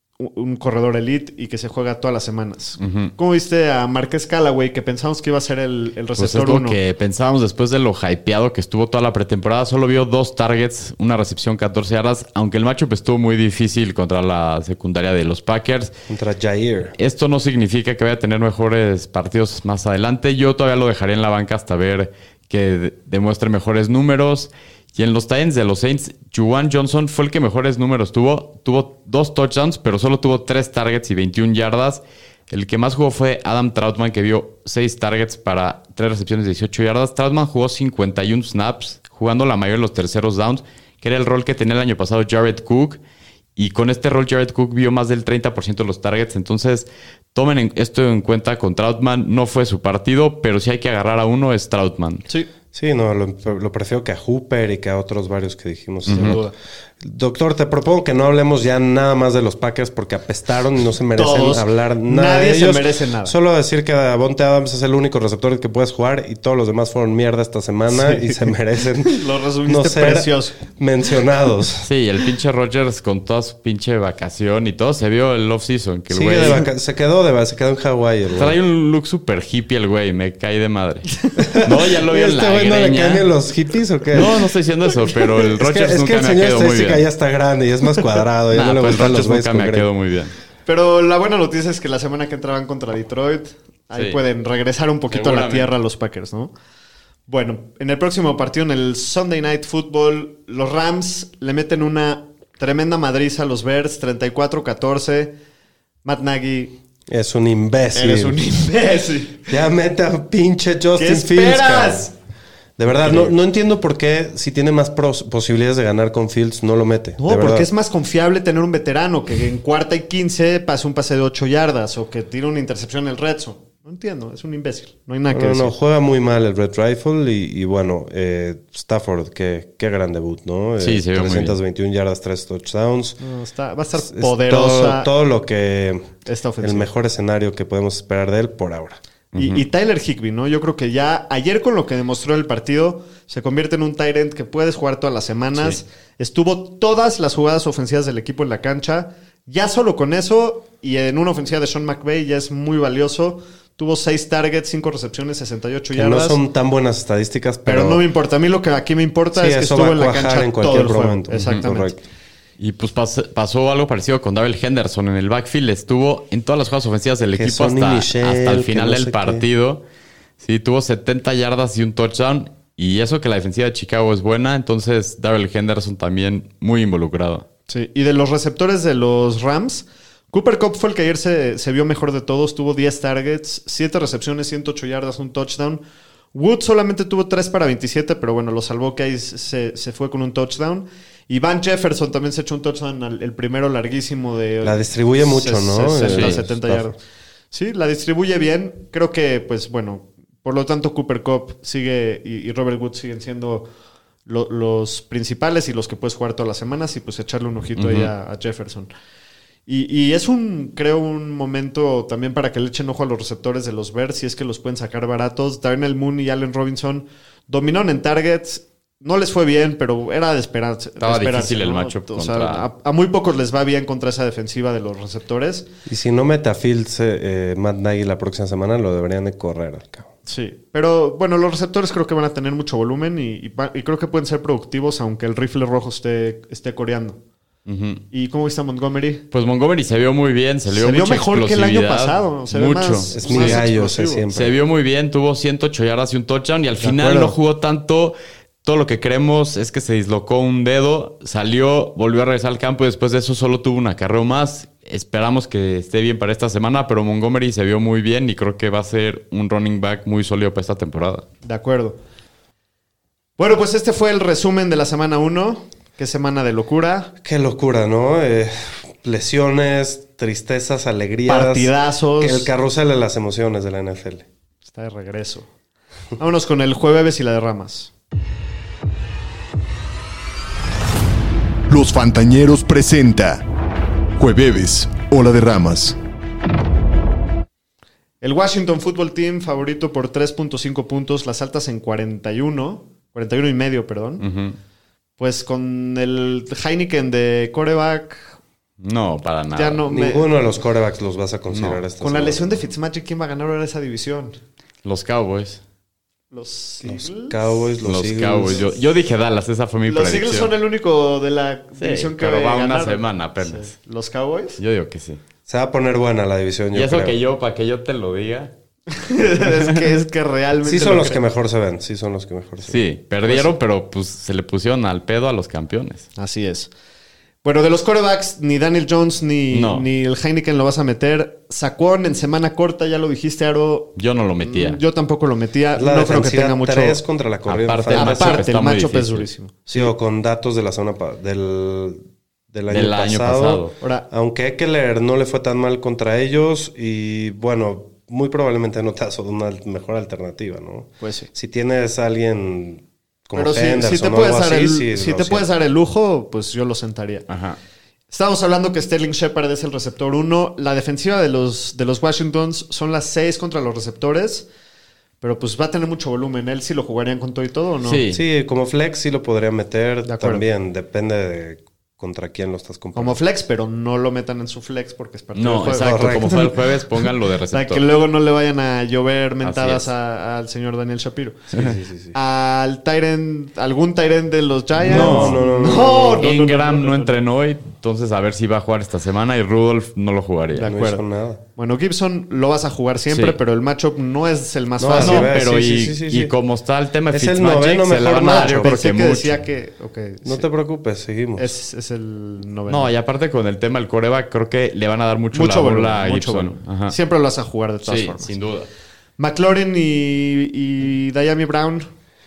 un corredor elite y que se juega todas las semanas. Uh-huh. ¿Cómo viste a Marquez Callaway, que pensamos que iba a ser el, el receptor uno? Pues es lo que pensábamos después de lo hypeado que estuvo toda la pretemporada. Solo vio dos targets, una recepción, catorce yardas, aunque el matchup estuvo muy difícil contra la secundaria de los Packers. Contra Jair. Esto no significa que vaya a tener mejores partidos más adelante. Yo todavía lo dejaría en la banca hasta ver que demuestre mejores números. Y en los Titans de los Saints, Juwan Johnson fue el que mejores números tuvo. Tuvo dos touchdowns, pero solo tuvo tres targets y veintiuna yardas. El que más jugó fue Adam Trautman, que vio seis targets para tres recepciones de dieciocho yardas. Trautman jugó cincuenta y uno snaps, jugando la mayoría de los terceros downs, que era el rol que tenía el año pasado Jared Cook. Y con este rol Jared Cook vio más del treinta por ciento de los targets. Entonces, tomen esto en cuenta con Trautman. No fue su partido, pero si hay que agarrar a uno es Trautman. Sí. Sí, no, lo, lo prefiero que a Hooper y que a otros varios que dijimos. Uh-huh. Sin duda. Doctor, te propongo que no hablemos ya nada más de los Packers porque apestaron y no se merecen todos, hablar nada nadie de ellos. se merece nada. Solo decir que Davante Adams es el único receptor que puedes jugar y todos los demás fueron mierda esta semana sí. y se merecen lo resumiste no ser precioso. mencionados. Sí, el pinche Rodgers con toda su pinche vacación y todo, se vio el off-season. Que el Sigue güey de vaca- se quedó de se quedó en Hawái el güey. Trae un look super hippie el güey, me cae de madre. No, ya lo vi en ¿Este la güey no le greña. caen los hippies o qué? No, no estoy diciendo eso, pero el Rodgers es que, nunca es que me el ha señor quedado muy bien. estadística ya está grande y es más cuadrado. Ya nah, no le pues el gustan los Rodgers güeyes nunca me ha con quedado greña. muy bien. Pero la buena noticia es que la semana que entraban contra Detroit, ahí Sí. pueden regresar un poquito a la tierra los Packers, ¿no? Bueno, en el próximo partido, en el Sunday Night Football, los Rams le meten una tremenda madriza a los Bears, treinta y cuatro catorce. Matt Nagy, Es un imbécil. eres un imbécil. Ya mete a pinche ¿Qué Justin Fields, esperas? cabrón. De verdad, no, no entiendo por qué si tiene más pros- posibilidades de ganar con Fields, no lo mete. No, de porque verdad. es más confiable tener un veterano que en cuarta y quince pase un pase de ocho yardas o que tire una intercepción en el red zone. No entiendo, es un imbécil. No hay nada que No, decir. no, juega muy mal el Red Rifle y, y bueno, eh, Stafford, qué, qué gran debut, ¿no? Sí, Eh, se vio muy trescientas veintiuna yardas, tres touchdowns. No, está, va a estar Es poderosa todo, todo lo que... esta ofensiva. El mejor escenario que podemos esperar de él por ahora. Y, uh-huh. y Tyler Higbee, ¿no? Yo creo que ya ayer con lo que demostró el partido, se convierte en un tight end que puedes jugar todas las semanas. Sí. Estuvo todas las jugadas ofensivas del equipo en la cancha. Ya solo con eso, y en una ofensiva de Sean McVay ya es muy valioso. Tuvo seis targets, cinco recepciones, sesenta y ocho que yardas. No son tan buenas estadísticas, pero... Pero no me importa. A mí lo que aquí me importa sí, es que eso estuvo va en la a cuajar cancha en todo cualquier el juego. momento. Exactamente. Correcto. Y pues pas- pasó algo parecido con Darrell Henderson en el backfield. Estuvo en todas las jugadas ofensivas del Que equipo Sonny hasta, Michel, hasta el que final no del sé partido. Sí, tuvo setenta yardas y un touchdown. Y eso que la defensiva de Chicago es buena. Entonces Darrell Henderson también muy involucrado. Sí, y de los receptores de los Rams, Cooper Kupp fue el que ayer se, se vio mejor de todos. Tuvo diez targets, siete recepciones, ciento ocho yardas, un touchdown. Wood solamente tuvo tres para veintisiete, pero bueno, lo salvó que ahí se, se fue con un touchdown. Y Van Jefferson también se echó un touchdown, el primero larguísimo de... La distribuye mucho, ¿no? sesenta, Sí, setenta yardas. Sí, la distribuye bien. Creo que, pues bueno, por lo tanto Cooper Kupp sigue y, y Robert Woods siguen siendo lo, los principales y los que puedes jugar todas las semanas y pues echarle un ojito uh-huh. ahí a, a Jefferson. Y, y es un, creo, un momento también para que le echen ojo a los receptores de los Bears, si es que los pueden sacar baratos. Darnell Mooney y Allen Robinson dominaron en targets. No les fue bien, pero era de esperanza. Estaba de difícil el ¿no? matchup O contra... sea, a, a muy pocos les va bien contra esa defensiva de los receptores. Y si no mete a Fields, eh, eh, Matt Nagy la próxima semana, lo deberían de correr al cabo. Sí, pero bueno, los receptores creo que van a tener mucho volumen y, y, y creo que pueden ser productivos aunque el rifle rojo esté, esté coreando. Uh-huh. ¿Y cómo viste a Montgomery? Pues Montgomery se vio muy bien, se le dio, se vio mucha mejor que el año pasado. Se mucho. Ve más, es mi gallo, sé siempre. Se vio muy bien, tuvo ciento ocho yardas y un touchdown y al final no jugó tanto. todo lo que creemos es que se dislocó un dedo, salió, volvió a regresar al campo y después de eso solo tuvo un acarreo más. Esperamos que esté bien para esta semana, pero Montgomery se vio muy bien y creo que va a ser un running back muy sólido para esta temporada. De acuerdo. Bueno, pues este fue el resumen de la semana uno. Qué semana de locura. Qué locura, ¿no? Eh, lesiones, tristezas, alegrías. Partidazos. El carrusel de las emociones de la N F L. Está de regreso. Vámonos con el jueves y la de ramas. Los Fantañeros presenta Jueves o la de ramas. El Washington Football Team favorito por tres punto cinco puntos, las altas en cuarenta y uno, cuarenta y uno y medio, perdón. Uh-huh. Pues con el Heineken de quarterback, No, para nada. ya no me- Ninguno de los quarterbacks los vas a considerar No. esta Con la semana. lesión de Fitzmagic, ¿quién va a ganar ahora esa división? Los Cowboys. Los Los Eagles. Cowboys, los, Los, Eagles. Cowboys. Yo, yo dije Dallas, esa fue mi Los predicción. Eagles son el único de la Sí, división que pero va una ganaron. semana apenas. Sí. Los Cowboys. Yo digo que sí. Se va a poner buena la división, Y yo eso creo. que yo, para que yo te lo diga. es que es que realmente Sí son lo los que creo. mejor se ven. Sí son los que mejor se ven. Sí, perdieron, pero pues se le pusieron al pedo a los campeones. Así es. Bueno, de los quarterbacks, ni Daniel Jones ni, No. ni el Heineken lo vas a meter. Saquon en semana corta, ya lo dijiste, Aro. Yo no lo metía. Yo tampoco lo metía. Es la No creo que defensiva tenga mucho. tres contra la corriente. Aparte, el Fantasy. matchup Aparte, está el muy matchup es difícil. durísimo. Sí, o con datos de la zona pa- del, del año Del año pasado. pasado. Ahora, Aunque Ekeler no le fue tan mal contra ellos y bueno, muy probablemente no te das una mejor alternativa, ¿no? pues sí. Si tienes a alguien como Pero si, Henderson si te o puedes algo dar así, el, sí, si lo te siento. puedes dar el lujo, pues yo lo sentaría. Ajá. Estábamos hablando que Sterling Shepard es el receptor uno. La defensiva de los, de los Washingtons son las seis contra los receptores. Pero pues va a tener mucho volumen. ¿Él sí lo jugarían con todo y todo o no? Sí. Sí, como flex sí lo podría meter De acuerdo. también. Depende de contra quién lo estás comprando. Como flex, pero no lo metan en su flex porque es parte del No, juego. exacto. Correcto. Como fue el jueves, pónganlo de O sea, receptor. que luego no le vayan a llover mentadas Así es. a- al señor Daniel Shapiro. Sí, sí, sí, sí. Al Tyrant, algún Tyrant de los Giants. No, no, no, no. no, no, Ingram no, no, no, no. entrenó hoy, entonces a ver si va a jugar esta semana y Rudolph no lo jugaría. De No acuerdo. hizo nada. Bueno, Gibson lo vas a jugar siempre, Sí. pero el matchup no es el más No, fácil. sí, No, ve, pero sí, y, sí, sí, sí, y sí. como está el tema de Es el Fitzmagic, noveno se la mejor van a dar, macho. yo creo Pensé que que, mucho. decía que... ok, No sí. te preocupes, seguimos. es, es el noveno. No, y aparte con el tema del coreback, creo que le van a dar mucho, mucho la bola volumen, a mucho Gibson. volumen. Ajá. Siempre lo vas a jugar de todas Sí, formas. sin duda. McLaurin y, y Diami Brown.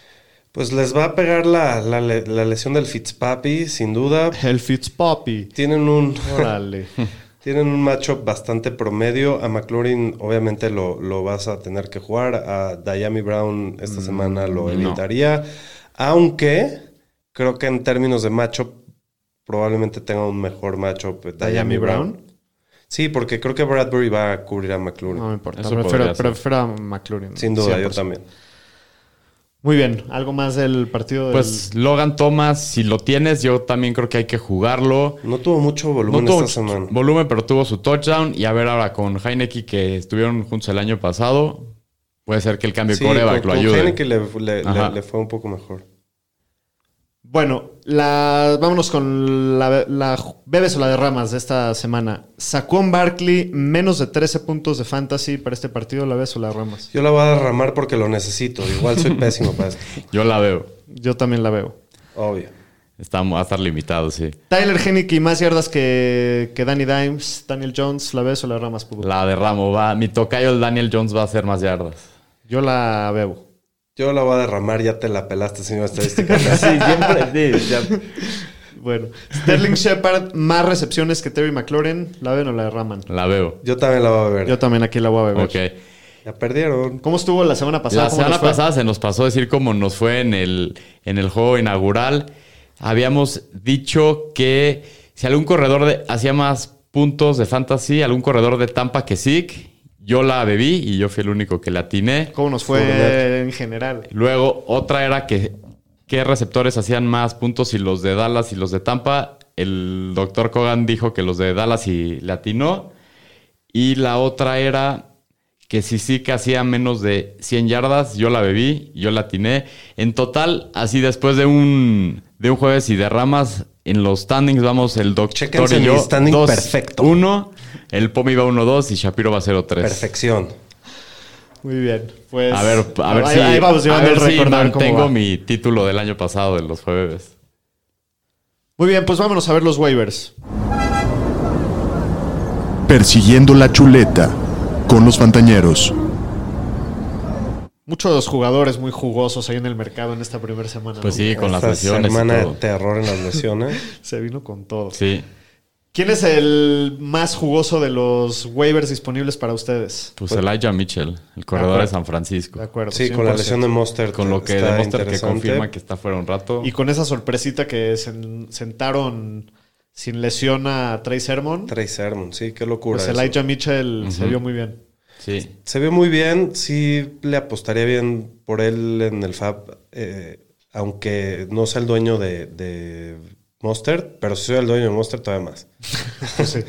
Pues les va a pegar la, la, le- la lesión del Fitzpapi, sin duda. El Fitzpapi. Tienen un, Órale. tienen un matchup bastante promedio. A McLaurin obviamente lo, lo vas a tener que jugar. A Diami Brown esta semana lo no. evitaría. Aunque creo que en términos de matchup probablemente tenga un mejor matchup eh, Diami Diami Brown. Brown. Sí, porque creo que Bradbury va a cubrir a McLaurin. No me importa. Eso Prefiero, podría ser. prefiero a McLaurin. Sin duda, cien yo por ciento. también. Muy bien. ¿Algo más del partido? Del... Pues Logan Thomas, si lo tienes, yo también creo que hay que jugarlo. No tuvo mucho volumen No tuvo esta semana. volumen, pero tuvo su touchdown. Y a ver ahora con Heineke, que estuvieron juntos el año pasado, puede ser que el cambio de Sí, coreback con, lo con ayude. Heineke le, le- Ajá. le- le fue un poco mejor. Bueno, la, vámonos con la, la bebes o la derramas de esta semana. Saquon Barkley, menos de trece puntos de fantasy para este partido. ¿La ves o la derramas? Yo la voy a derramar porque lo necesito. Igual soy pésimo para esto. Yo la veo. Yo también la veo. Obvio. Está, va a estar limitado, sí. Tyler Heineke, más yardas que, que Danny Dimes. Daniel Jones, ¿la ves o la derramas, Pugu? La derramo. Va. Mi tocayo, el Daniel Jones, va a hacer más yardas. Yo la bebo. Yo la voy a derramar, ya te la pelaste, señor estadística. Sí, siempre. Sí, ya. Bueno, Sterling Shepard, más recepciones que Terry McLaurin. ¿La ven o la derraman? La veo. Yo también la voy a ver. Yo también aquí la voy a beber. Ok. Ya perdieron. ¿Cómo estuvo la semana pasada? La ¿Cómo semana nos fue? pasada se nos pasó decir cómo nos fue en el, en el juego inaugural. Habíamos dicho que si algún corredor de- hacía más puntos de fantasy, algún corredor de Tampa que Zeke, yo la bebí y yo fui el único que la atiné. ¿Cómo nos fue Fournette. en general? Luego, otra era que qué receptores hacían más puntos, y los de Dallas y los de Tampa. El doctor Kogan dijo que los de Dallas y le atinó. Y la otra era que si sí que hacía menos de cien yardas, yo la bebí, yo la atiné. En total, así después de un, de un jueves y de ramas, en los standings vamos el doctor Chéquense y mi yo standing dos perfecto. uno, el Pomi va uno dos y Shapiro va cero tres. Perfección. Muy bien. Pues, A ver, a ver ahí, si, ahí vamos a llevando ver el si recordar cómo mantengo va. mi título del año pasado de los jueves. Muy bien, pues vámonos a ver los waivers. Persiguiendo la chuleta con los Fantañeros. Muchos jugadores muy jugosos ahí en el mercado en esta primera semana. Pues ¿no? sí, con las Esta lesiones y semana de todo. terror en las lesiones. Se vino con todo. Sí, ¿Quién es el más jugoso de los waivers disponibles para ustedes? pues Elijah Mitchell, el corredor de acuerdo. San Francisco. De acuerdo. Sí, con la lesión de Monster. Con lo que está demuestra que interesante. confirma que está fuera un rato. Y con esa sorpresita que sen- sentaron sin lesión a Trey Sermon, Trey Sermon, sí, qué locura. pues eso. Elijah Mitchell se Ujú. vio muy bien. Sí. Se ve muy bien, sí le apostaría bien por él en el Fab, eh, aunque no sea el dueño de, de Monster, pero si soy el dueño de Monster todavía más. Sí.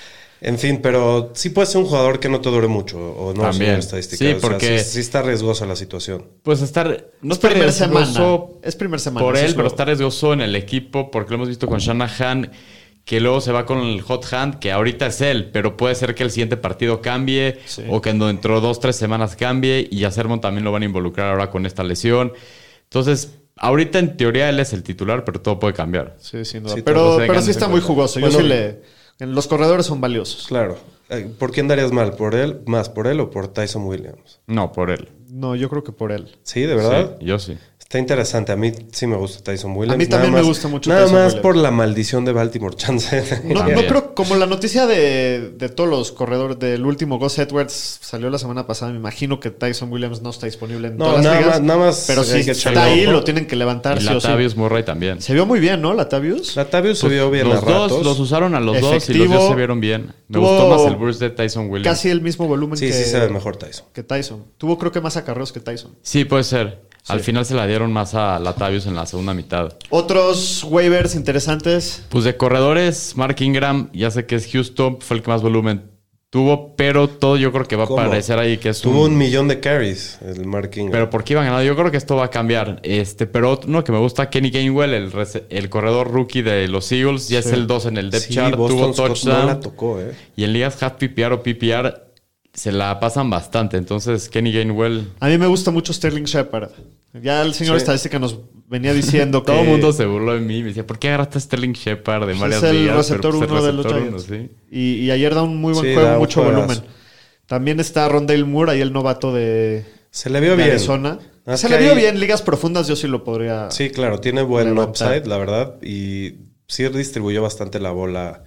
En fin, pero sí puede ser un jugador que no te dure mucho, o no, También. señor estadística. Sí, O sea, porque- sí, sí está riesgosa la situación. Pues estar. No Es está primer semana. riesgoso Es primer semana. por eso él, es pero lo- está riesgoso en el equipo porque lo hemos visto con Shanahan, que luego se va con el hot hand, que ahorita es él, pero puede ser que el siguiente partido cambie Sí. o que dentro de dos, tres semanas cambie y a Sermon también lo van a involucrar ahora con esta lesión. Entonces, ahorita en teoría él es el titular, pero todo puede cambiar. Sí, sin duda. Sí, pero todos se pero dejan sí de está ese muy cuenta. jugoso. Yo Bueno, sí le... en los corredores son valiosos. Claro. Eh, ¿Por quién darías mal? ¿Por él? ¿Más por él o por Tyson Williams? No, por él. No, yo creo que por él. Sí, de verdad. Sí, yo sí. Está interesante. A mí sí me gusta Tyson Williams. A mí también Nada me más- gusta mucho Nada Tyson más Williams. por la maldición de Baltimore Chance. No, no También. creo, como la noticia de, de todos los corredores del último Gus Edwards salió la semana pasada, me imagino que Tyson Williams no está disponible en No, todas las nada ligas. más- nada más pero hay si que está echarle ahí, ojo. lo tienen que levantar, Y sí o sí. Latavius Murray también. Se vio muy bien, ¿no? Latavius. Latavius se vio bien Los a dos ratos. los usaron a los dos y Efectivo. los dos se vieron bien. Me Tuvo gustó más el burst de Tyson Williams. Casi el mismo volumen Sí, que, sí se ve mejor Tyson. que Tyson. Tuvo creo que más acarreos que Tyson. Sí, puede ser. Al Sí. final se la dieron más a Latavius en la segunda mitad. Otros waivers interesantes. Pues de corredores, Mark Ingram, ya sé que es Houston, fue el que más volumen tuvo, pero todo yo creo que va a ¿Cómo? parecer ahí que es Tuvo un un... millón de carries el Mark Ingram. Pero ¿por qué iban ganando? Yo creo que esto va a cambiar. Este, pero otro uno que me gusta, Kenny Gainwell, el, rece- el corredor rookie de los Eagles, ya Sí. es el dos en el depth Sí, chart, Boston tuvo Scott touchdown. no la tocó, ¿eh? Y en ligas half P P R o P P R se la pasan bastante. Entonces, Kenny Gainwell, A mí me gusta mucho Sterling Shepard. Ya el señor Sí. estadística nos venía diciendo que todo el mundo se burló de mí. Me decía, ¿por qué agarraste a Sterling Shepard de pues, varias es el ligas? receptor Pero, pues, uno el de los receptor Giants. uno, sí. y, y ayer da un muy buen Sí, juego, da un mucho juegazo. volumen. También está Rondale Moore, ahí el novato de, Se le vio de bien. Arizona. Nada más Se que le vio ahí- bien, ligas profundas yo sí lo podría... Sí, claro, tiene buen levantar. upside, la verdad. Y sí distribuyó bastante la bola.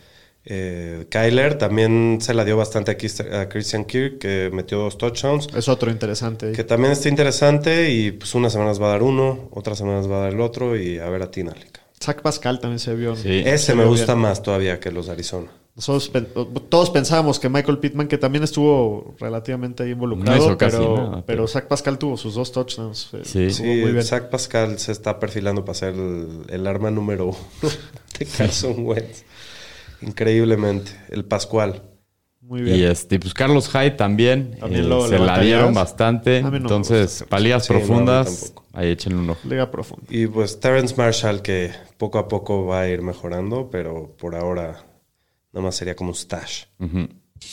Eh, Kyler también se la dio bastante a, Kis- a Christian Kirk, que metió dos touchdowns. Es otro interesante. Que también está interesante. Y pues unas semanas va a dar uno, otras semanas va a dar el otro. Y a ver a ti, Nalica. Zach Pascal también se vio. Sí. Ese se me vio gusta bien. más todavía que los de Arizona. Nosotros pen- todos pensábamos que Michael Pittman, que también estuvo relativamente ahí involucrado, No hizo casi pero, nada, pero pero- Zach Pascal tuvo sus dos touchdowns. eh, Sí. estuvo Sí, muy bien. Zach Pascal se está perfilando para ser el, el arma número uno de Carson Wentz. Increíblemente. El Pascual. Muy bien. Y este, pues Carlos Hyde también, También eh, lo se la levantarías. dieron bastante. A mí no me Entonces, gusta. palidas Sí, no, a mí profundas, tampoco. ahí échenle un ojo. Liga profunda. Y pues Terrence Marshall, que poco a poco va a ir mejorando, pero por ahora nada más sería como un stash. Ujú.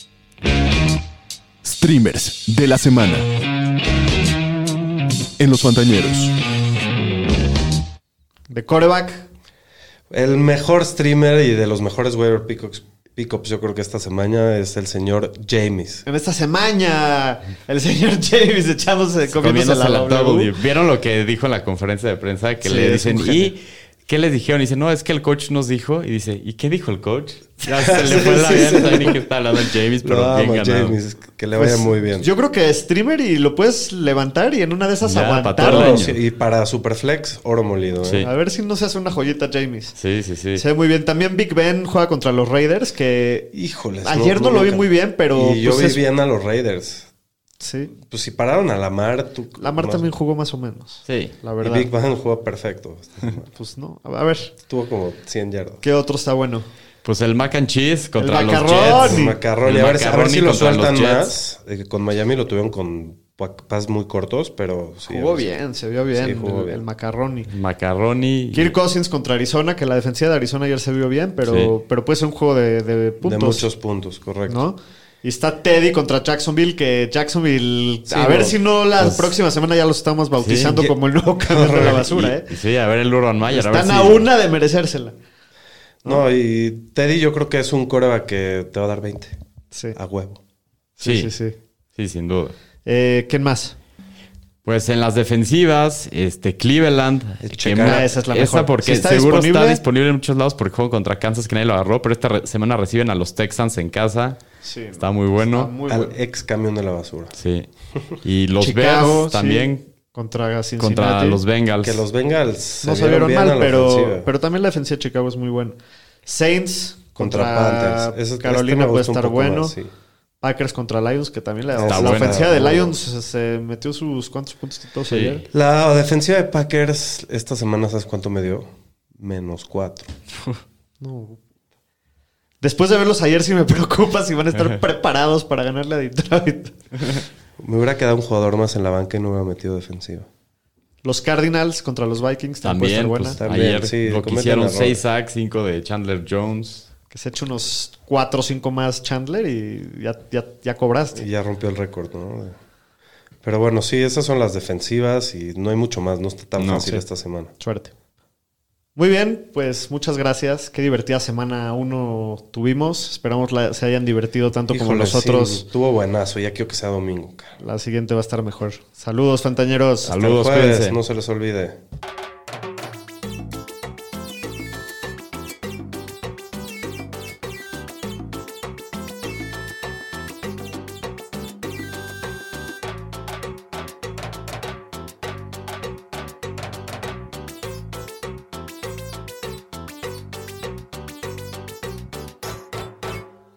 Streamers de la semana. En los Fantañeros. De quarterback, El mejor streamer y de los mejores waiver pickups, pickups yo creo que esta semana es el señor James. en esta semana, el señor James echándose, comiéndose la Comiéndose la W. W. ¿Vieron lo que dijo en la conferencia de prensa? Que Sí, le es dicen, un genio. ¿y qué les dijeron? Y dice, no, es que el coach nos dijo. Y dice, ¿y qué dijo el coach? Ya se le Sí, fue la sí, vida, sí. no sabía ni qué está hablando el James, pero Lo bien amo, ganado. James, que le vaya Pues, muy bien. Yo creo que es streamer y lo puedes levantar y en una de esas Ya, para aguantar. todo el No, año. sí, y para Superflex, oro molido. ¿eh? Sí. A ver si no se hace una joyita James. Sí, sí, sí. Se ve muy bien. También Big Ben juega contra los Raiders, que Híjoles. ayer no, lo vi nunca- muy bien, pero... Y yo pues, vi es- bien a los Raiders. Sí. Pues si pararon a Lamar, tú... Lamar más- también jugó más o menos. Sí. La Y verdad. Big Ben jugó perfecto. Pues no. A ver, Tuvo como cien yardas. ¿qué otro está bueno? Pues el mac and cheese contra El los macarrón. Jets. Y- Macarrón. El Y a ver, si- a ver macarrón si y lo contra los sueltan Jets. más. Eh, con Miami lo tuvieron con pa- pas muy cortos, pero sí. Jugó o sea, bien, se vio bien. Sí, jugó el, bien. el Macarroni. Macaroni. Kirk Cousins contra Arizona, que la defensiva de Arizona ayer se vio bien, pero, Sí. pero puede ser un juego de, de De puntos. muchos puntos, correcto. ¿no? Y está Teddy contra Jacksonville, que Jacksonville... Sí, a ver no, si no la pues- próxima semana ya los estamos bautizando Sí, como el nuevo camión de la basura, ¿eh? Y, y sí, a ver el Urban Meyer. a ver Están si- a una de merecérsela. No, y Teddy yo creo que es un coreback que te va a dar veinte. Sí, A huevo. sí, Sí, sí. sí. sí, sin duda. Eh, ¿Quién más? Pues en las defensivas, este Cleveland. El que checar. mu- Ah, esa es la mejor. porque ¿Sí está seguro disponible? está disponible en muchos lados porque juegan contra Kansas que nadie lo agarró, pero esta re- semana reciben a los Texans en casa. Sí, Está muy bueno. Está muy Al bueno. ex camión de la basura. Sí. Y los Chicago, Bears también sí, contra Cincinnati. contra los Bengals. Que los Bengals No se salieron vieron bien mal, a la pero, ofensiva. pero también la defensiva de Chicago es muy buena. Saints Contra contra, Panthers. Ese- este Carolina me puede gusta un estar poco bueno. más, sí. Packers contra Lions, que también la, Está la buena. ofensiva de Muy Lions se, se metió sus cuantos puntos todos Sí. ayer. La defensiva de Packers esta semana, ¿sabes cuánto me dio? Menos cuatro. No. Después de verlos ayer sí me preocupa si van a estar preparados para ganarle a Detroit. Me hubiera quedado un jugador más en la banca y no hubiera metido defensiva. Los Cardinals contra los Vikings también, También, puede pues, estar buena. También, ayer sí, lo que cometen hicieron errores. seis sacks, cinco de Chandler Jones. Que se eche unos cuatro o cinco más Chandler y ya, ya, ya cobraste. Y ya rompió el récord, ¿no? Pero bueno, sí, esas son las defensivas y no hay mucho más. No está tan No, fácil sí. esta semana. Suerte. Muy bien, pues muchas gracias. Qué divertida semana uno tuvimos. Esperamos la- se hayan divertido tanto como Híjole, nosotros. sí, estuvo buenazo. Ya quiero que sea domingo, cara. La siguiente va a estar mejor. Saludos, Fantañeros. Hasta el Saludos, jueves, cuídense. no se les olvide.